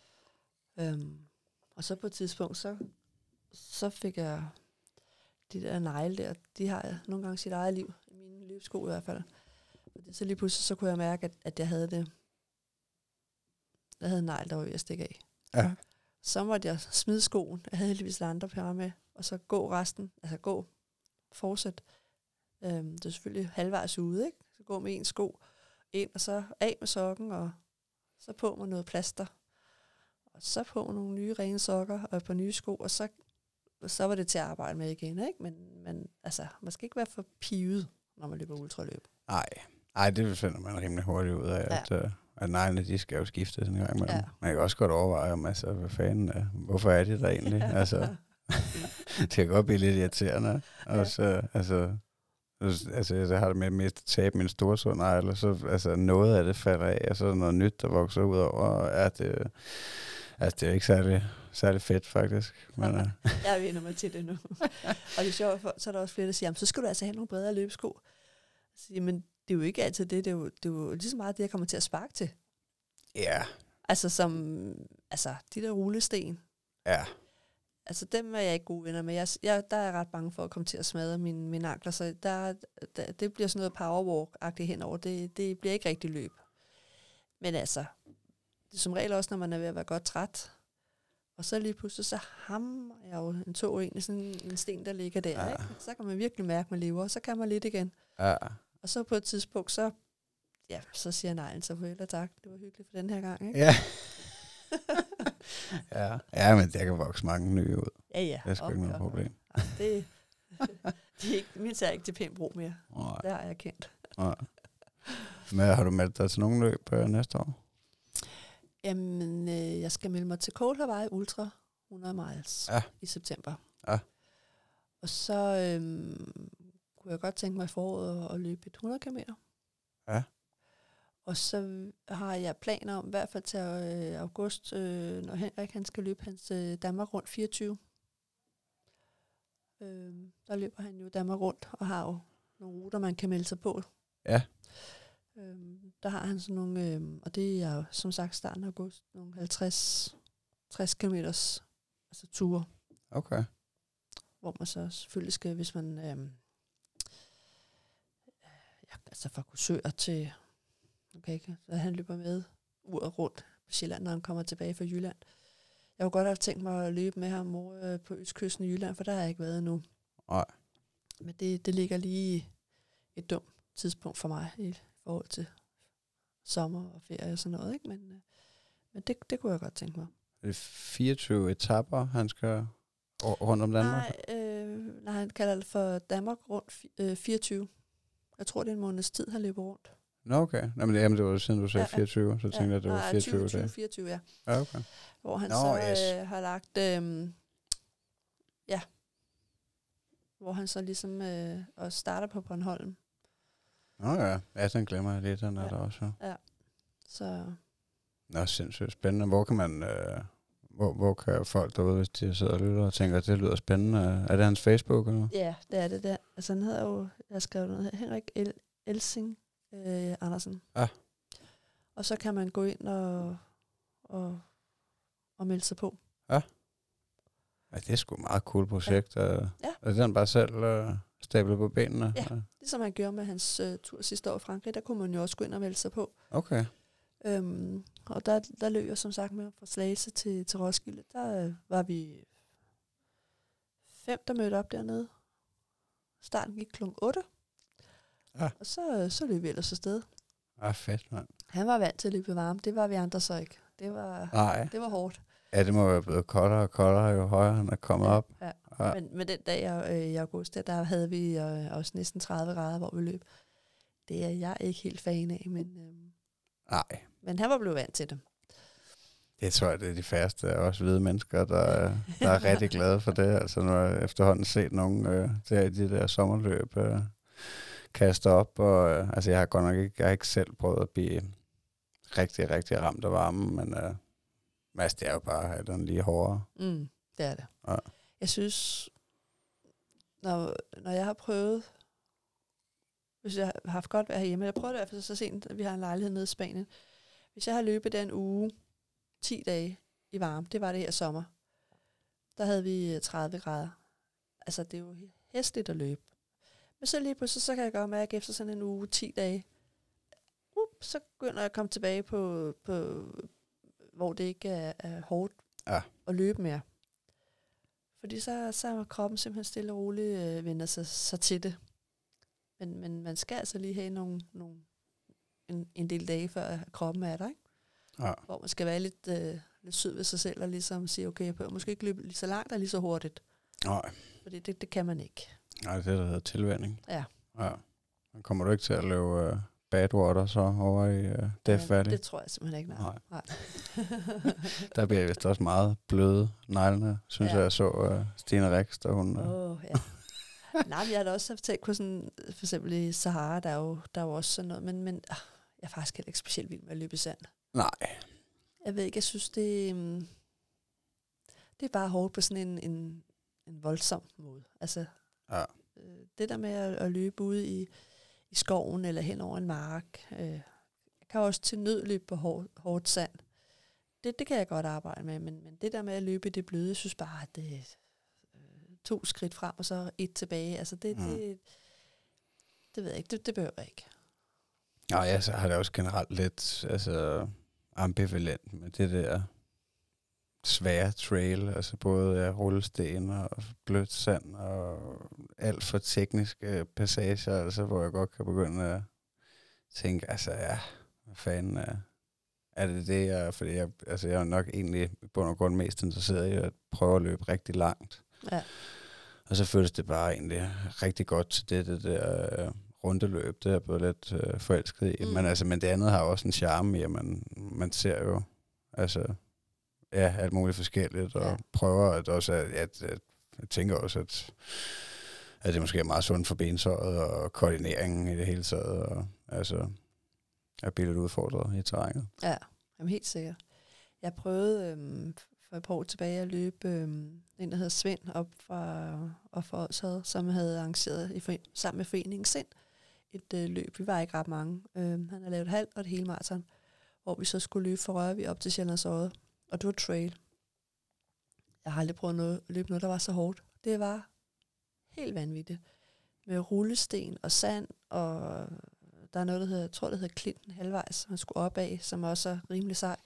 Og så på et tidspunkt, så fik jeg de der negle der, de har nogle gange sit eget liv, i mine løbsko i hvert fald. Så lige pludselig, så kunne jeg mærke, at jeg havde det. Jeg havde en negl, der var ved at stikke af. Ja. Så måtte jeg smide skoen. Jeg havde heldigvis andre par med, og så gå resten, altså fortsæt. Det er selvfølgelig halvvejs ude, ikke? Så gå med en sko ind, og så af med sokken, og så på med noget plaster. Og så på med nogle nye rene sokker, og et par nye sko, og så var det til at arbejde med igen, ikke? Men altså, man skal ikke være for pivet, når man løber ultraløb. Nej, det finder man rimelig hurtigt ud af, at neglene, de skal jo skifte sådan en gang imellem. Man kan også godt overveje, om altså, hvad fanden, hvorfor er det der egentlig? Altså, det kan godt blive lidt irriterende. Og så, altså, jeg har det med at tabe min storsånegl, og så altså, noget af det falder af, og så er der noget nyt, der vokser ud over, og det er ikke særlig fedt, faktisk. Men, jeg vender mig til det nu. Og det er sjovt, så er der også flere, der siger, så skal du altså have nogle bredere løbesko. Så, men det er jo ikke altid det. Det er jo lige så meget det, jeg kommer til at sparke til. Ja. Altså, de der rullesten. Ja. Altså, dem er jeg ikke god venner med. Der er jeg ret bange for at komme til at smadre mine ankler, så det bliver sådan noget powerwalk-agtigt henover. Det bliver ikke rigtig løb. Men altså, det er som regel også, når man er ved at være godt træt. Og så lige pludselig, så hammer jeg jo en tog ind i sådan en sten, der ligger der. Ikke? Så kan man virkelig mærke, at man lever, og så kan man lidt igen. Ja. Og så på et tidspunkt, så siger nej, så farvel og tak. Det var hyggeligt for den her gang, ikke? Ja. Ja, men der kan vokse mange nye ud. Ja. Det er sgu ikke noget problem. Ja, det er ikke, mindst er ikke til pænt brug mere. Nej. Det har jeg kendt. Nej. Men har du meldt dig til nogen løb næste år? Jamen, jeg skal melde mig til Cold Hawaii Ultra 100 miles i september. Ja. Og så kunne jeg godt tænke mig i foråret at løbe et 100 km. Ja. Og så har jeg planer om, i hvert fald til august, når Henrik han skal løbe hans Danmark rundt 24. Der løber han jo Danmark rundt og har jo nogle ruter, man kan melde sig på. Ja. Der har han sådan nogle, og det er jo som sagt starten af august, nogle 60 kilometers altså ture. Okay. Hvor man så selvfølgelig skal, hvis man altså fra Korsør til, okay, så han løber med uret rundt på Sjælland, når han kommer tilbage fra Jylland. Jeg kunne godt have tænkt mig at løbe med ham over på østkysten i Jylland, for der har jeg ikke været endnu. Nej. Men det ligger lige et dumt tidspunkt for mig i forhold til sommer og ferie og sådan noget, ikke? Men det kunne jeg godt tænke mig. Er det 24 etapper, han skal rundt om Danmark? Nej, han kalder det for Danmark rundt 24. Jeg tror, det er en måneds tid, han løber rundt. Nå, okay. Jamen, det var siden du sagde 24, så tænkte jeg, at det var 24 dage. 24, ja. Ja, okay. Hvor han har lagt, hvor han så ligesom også starter på Bornholm. Nå ja, den glemmer jeg lidt, den er der også. Ja, så... Nå, sindssygt spændende. Hvor kan man... Hvor kan folk derude, hvis de sidder og lytter og tænker, at det lyder spændende? Er det hans Facebook eller noget? Ja, det er det der. Altså han hedder jo, jeg har skrevet noget her, Henrik Elsing Andersen. Ja. Og så kan man gå ind og melde sig på. Ja. Ja, det er sgu et meget cool projekt. Ja. Ja. Er den bare selv stablet på benene? Ja, ligesom han gjorde med hans tur sidste år i Frankrig, der kunne man jo også gå ind og melde sig på. Okay. Og der løb jeg som sagt med fra Slagelse til Roskilde. Der var vi 5, der mødte op dernede. Starten gik kl. 8. Ja. Og så løb vi ellers afsted. Fedt, mand. Han var vant til at løbe varme. Det var vi andre så ikke. Det var hårdt. Ja, det må være blevet koldere og koldere, jo højere han er kommet op. Ja. Men den dag i august, der havde vi også næsten 30 grader, hvor vi løb. Det er jeg ikke helt fan af, men han var blevet vant til det. Det tror jeg, det er de færreste af os hvide mennesker, der er rigtig glade for det. Altså, når jeg efterhånden set nogen der i de der sommerløb kaster op. Og, altså, jeg har ikke selv prøvet at blive rigtig, rigtig ramt af varmen, men det er jo bare at den lige hårdere. Det er det. Ja. Jeg synes, når jeg har prøvet, hvis jeg har haft godt vejr herhjemme, jeg prøvede det i hvert fald så sent, at vi har en lejlighed nede i Spanien. Hvis jeg har løbet den uge 10 dage i varme, det var det her sommer, der havde vi 30 grader. Altså, det er jo hæsligt at løbe. Men så lige pludselig, så kan jeg godt mærke, efter sådan en uge 10 dage, så begynder jeg at komme tilbage på hvor det ikke er hårdt at løbe mere. Fordi så er kroppen simpelthen stille og roligt vender sig til det. Men man skal altså lige have en del dage, før kroppen er der, ikke? Ja. Hvor man skal være lidt sød ved sig selv, og ligesom sige, okay, jeg behøver måske ikke løbe lige så langt og lige så hurtigt. Nej. Fordi det kan man ikke. Nej, det er der hedder tilvænning. Ja. Men kommer du ikke til at løbe Badwater så over i Death Valley? Det tror jeg simpelthen ikke, nej. Der bliver jeg vist også meget bløde neglene, synes jeg så Stine Rix, da hun... ja. Nej, men jeg har da også tænkt på sådan, for eksempel i Sahara, der er jo også sådan noget, men jeg er faktisk heller ikke specielt vild med at løbe i sand. Nej. Jeg ved ikke, jeg synes, det er bare hårdt på sådan en voldsom måde. Altså, det der med at løbe ude i skoven eller hen over en mark, jeg kan også til nød løbe på hårdt sand. Det kan jeg godt arbejde med, men det der med at løbe i det bløde, jeg synes bare, at det 2 skridt frem, og så 1 tilbage. Altså det ved jeg ikke. Det behøver jeg ikke. Ja, jeg har det også generelt lidt ambivalent med det der svære trail, altså både rullesten og blødt sand og alt for tekniske passager, altså hvor jeg godt kan begynde at tænke, hvad fanden er det? Fordi jeg er nok egentlig i bund og grund mest interesseret i at prøve at løbe rigtig langt. Ja. Og så føles det bare egentlig rigtig godt til det der rundeløb. Det er jeg blevet lidt forelsket i. Men det andet har også en charme i, at man ser jo alt muligt forskelligt, og prøver at også, jeg tænker også, at det måske er meget sundt for bensøjet og koordineringen i det hele taget, og er blive lidt udfordret i terrænet. Ja, jamen helt sikkert. Jeg prøvede for et par år tilbage at løbe en, der hedder Svend, op fra Odsherred, som havde arrangeret sammen med foreningen Sind et løb. Vi var ikke ret mange. Han har lavet et halvt og et hele maraton, hvor vi så skulle løbe fra Rørvig op til Sjællands Odde. Og det var trail. Jeg har aldrig prøvet at løbe noget, der var så hårdt. Det var helt vanvittigt. Med rullesten og sand, og der er noget, der hedder, jeg tror, det hedder Klinten halvvejs, man skulle op af, som også er rimelig sej.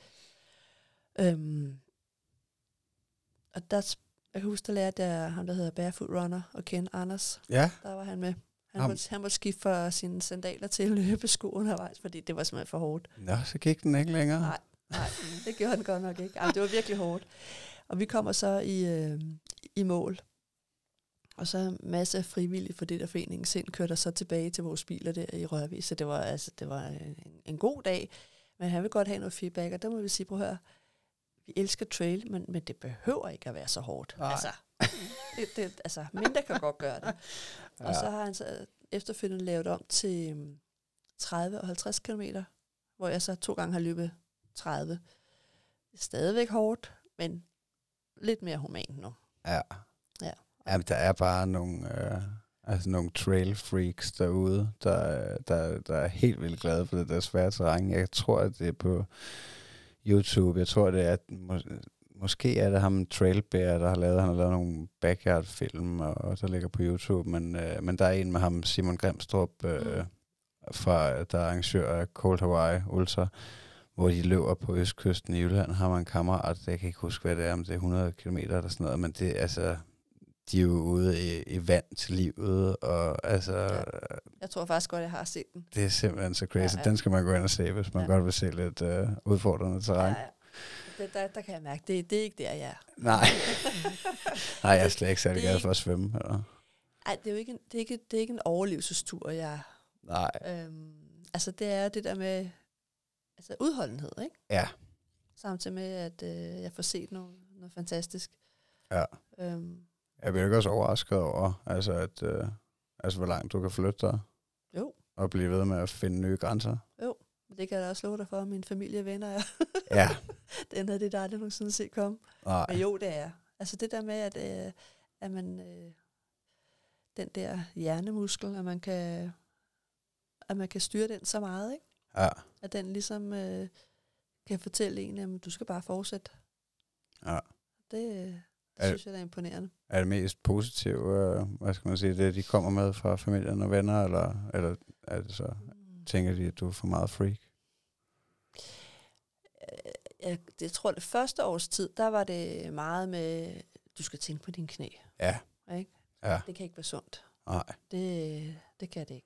Og der, jeg kan huske, der lærte jeg ham, der hedder Barefoot Runner, og Ken Anders. Ja. Der var han med. Han måtte skifte fra sine sandaler til løbesko undervejs, fordi det var simpelthen for hårdt. Nå, så gik den ikke længere. Nej, det gjorde han godt nok ikke. Det var virkelig hårdt. Og vi kommer så i mål. Og så en masse af frivillige for det der foreningen sind kørte så tilbage til vores biler der i Rørvig. Så det var en god dag. Men han vil godt have noget feedback, og der må vi sige, prøv at høre, vi elsker trail, men det behøver ikke at være så hårdt. Altså, mindre kan godt gøre det. Ja. Og så har han så efterfølgende lavet om til 30 og 50 kilometer, hvor jeg så 2 gange har løbet 30. Det er stadigvæk hårdt, men lidt mere humant nu. Ja. Jamen, der er bare nogle trail freaks derude, der er helt vildt glade for det der svære terræn. Jeg tror, at det er på YouTube. Jeg tror, det er, at måske er det ham Trail Bear, han har lavet nogle backyard-film, og der ligger på YouTube, men der er en med ham, Simon Grimstrup, fra der er arrangør af Cold Hawaii Ultra, hvor de løber på østkysten i Jylland. Har man en kammerat, jeg kan ikke huske, hvad det er, om det er 100 kilometer eller sådan noget, men det altså, de er jo ude i vand til livet, og altså... Ja. Jeg tror faktisk godt, jeg har set den. Det er simpelthen så crazy. Ja. Den skal man gå ind og se, hvis man godt vil se lidt udfordrende terræn. Ja. Der kan jeg mærke, det er ikke der, jeg er. Nej. Nej, jeg er slet ikke særlig glad for at svømme. Nej, det er ikke en overlevelsestur, jeg er. Nej. Altså, det er det der med udholdenhed, ikke? Ja. Samtidig med, at jeg får set noget fantastisk. Ja. Jeg bliver ikke også overrasket over, hvor langt du kan flytte dig. Jo. Og blive ved med at finde nye grænser. Jo, det kan jeg da også love dig for, mine familievenner. Ja. Den havde det aldrig nogensinde set komme. Nej. Men jo, det er. Altså det der med, at man... den der hjernemuskel, at man kan styre den så meget, ikke? Ja. At den ligesom kan fortælle en, at du skal bare fortsætte. Ja. Det synes jeg, det er imponerende. Er det mest positive, hvad skal man sige, det de kommer med fra familien og venner, eller er det så, tænker de, at du er for meget freak? Jeg tror, det første års tid, der var det meget med, du skal tænke på dine knæ. Ja. Ikke? Ja. Det kan ikke være sundt. Nej. Det kan det ikke.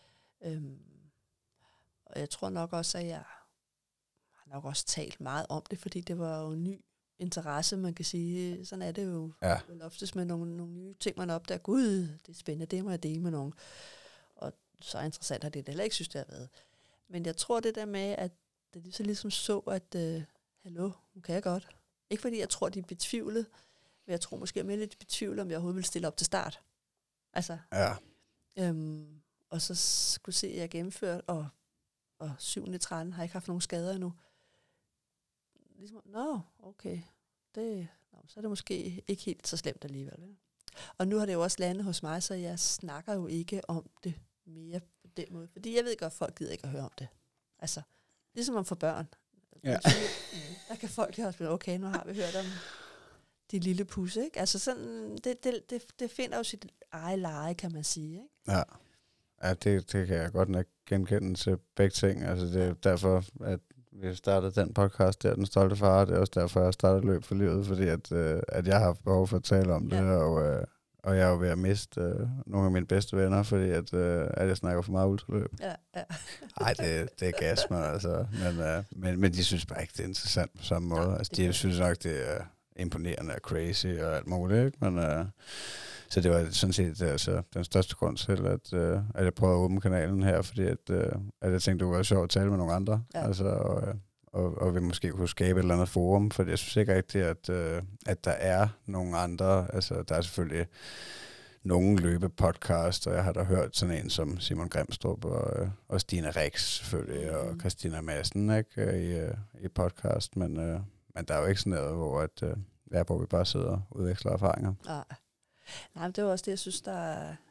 Og jeg tror nok også, at jeg har nok også talt meget om det, fordi det var jo en ny interesse, man kan sige. Sådan er det jo oftest med nogle nye ting, man opdager. Gud, det er spændende, det må jeg dele med nogen. Og så interessant har det heller ikke synes, det har været. Men jeg tror det der med, at det ligesom så, at hallo, nu kan jeg godt. Ikke fordi jeg tror, de er betvivlet, men jeg tror måske, jeg er lidt betvivlet, om jeg overhovedet vil stille op til start. Altså. Ja. Og så skulle se, at jeg gennemført, og 7. 13 har jeg ikke haft nogen skader endnu. Ligesom, okay. Så er det måske ikke helt så slemt alligevel. Og nu har det jo også landet hos mig, så jeg snakker jo ikke om det mere på den måde. Fordi jeg ved godt, at folk gider ikke at høre om det. Altså, ligesom om for børn. Ja. Der kan folk jo også blive, okay, nu har vi hørt om de lille pusse, ikke? Altså sådan, det finder jo sit eget leje, kan man sige, ikke? Ja. Ja, det kan jeg godt nok genkende til begge ting. Altså det er derfor, at vi startede den podcast der, Den Stolte Far. Det er også derfor, jeg startede Løb for Livet, fordi at jeg har haft behov for at tale om det, og jeg er jo ved at miste nogle af mine bedste venner, fordi at jeg snakker for meget ultraløb. Ja. Ej, det er gas, man altså. Men de synes bare ikke, det er interessant på samme måde. Altså, de synes nok, det er imponerende og crazy og alt muligt, ikke? Men så det var sådan set altså, den største grund til, at jeg prøvede at åbne kanalen her, fordi at jeg tænkte, det kunne være sjovt at tale med nogle andre. Ja. Altså, og vi måske kunne skabe et eller andet forum, for jeg synes ikke rigtigt, at der er nogle andre. Altså, der er selvfølgelig nogle løbepodcast, og jeg har da hørt sådan en som Simon Grimstrup og Stina Rex selvfølgelig, og Christina Madsen, ikke, i podcast, men der er jo ikke sådan noget, hvor vi bare sidder og udveksler erfaringer. Nej, men det er også det, jeg synes, der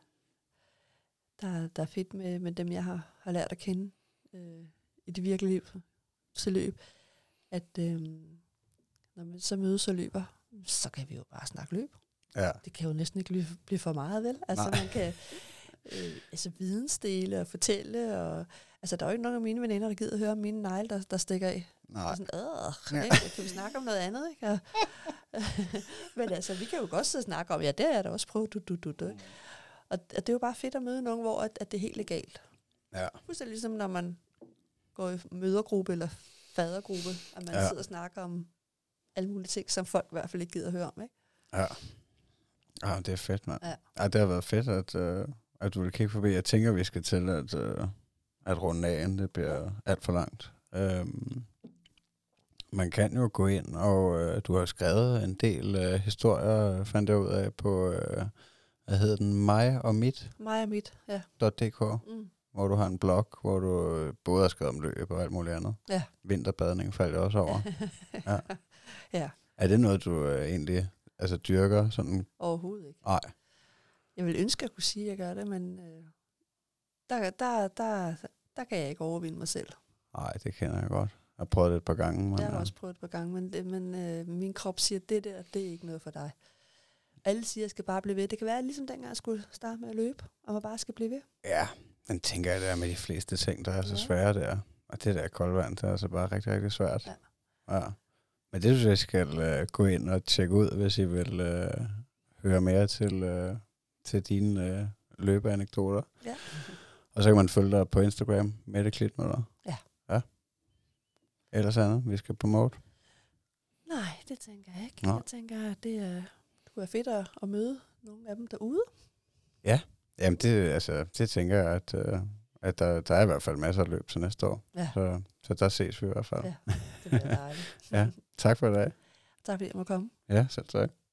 er fedt med dem, jeg har lært at kende i det virkelige liv til løb. At når man så mødes og løber, så kan vi jo bare snakke løb. Ja. Det kan jo næsten ikke blive for meget, vel? Altså man kan vidensdele og fortælle. Og, altså der er jo ikke nogen af mine veninder, der gider at høre om mine negle, der stikker af. Nej. Sådan, kan vi snakke om noget andet, ikke? Og, men altså, vi kan jo godt sidde og snakke om, ja, det har jeg da også prøvet, Og det er jo bare fedt at møde nogen, hvor at det er helt legalt. Ja. Fuldstændig ligesom, når man går i mødergruppe eller fadergruppe, at man sidder og snakker om alle mulige ting, som folk i hvert fald ikke gider at høre om, ikke? Ja. Det er fedt, mand. Ja. Det har været fedt, at du vil kigge forbi. Jeg tænker, vi skal til at runde af, inden det bliver alt for langt. Man kan jo gå ind, og du har skrevet en del historier, fandt jeg ud af, på, hvad hedder den, mig og mit, ja. .dk, hvor du har en blog, hvor du både har skrevet om løb og alt muligt andet. Ja. Vinterbadning faldt jeg også over. Ja. Ja. Er det noget, du egentlig dyrker? Sådan? Overhovedet ikke. Nej. Jeg vil ønske, at jeg kunne sige, at jeg gør det, men der kan jeg ikke overvinde mig selv. Nej, det kender jeg godt. Jeg har prøvet det et par gange. Jeg har også prøvet det et par gange, men min krop siger, at det der, det er ikke noget for dig. Alle siger, at jeg skal bare blive ved. Det kan være ligesom dengang, jeg skulle starte med at løbe, og man bare skal blive ved. Ja, den tænker jeg, det er med de fleste ting, der er så svære der. Og det der koldvand, det er altså bare rigtig, rigtig svært. Ja. Men det synes jeg, skal gå ind og tjekke ud, hvis I vil høre mere til dine løbeanekdoter. Ja. Og så kan man følge dig på Instagram, Mette Klitmøller. Ja. Ellers andet, vi skal promote? Nej, det tænker jeg ikke. Jeg tænker, at det kunne være fedt at møde nogle af dem derude. Ja, jamen det tænker jeg, at der er i hvert fald masser af løb til næste år. Ja. Så der ses vi i hvert fald. Ja, det bliver dejligt. Ja, tak for i dag. Tak fordi jeg må komme. Ja, selv tak.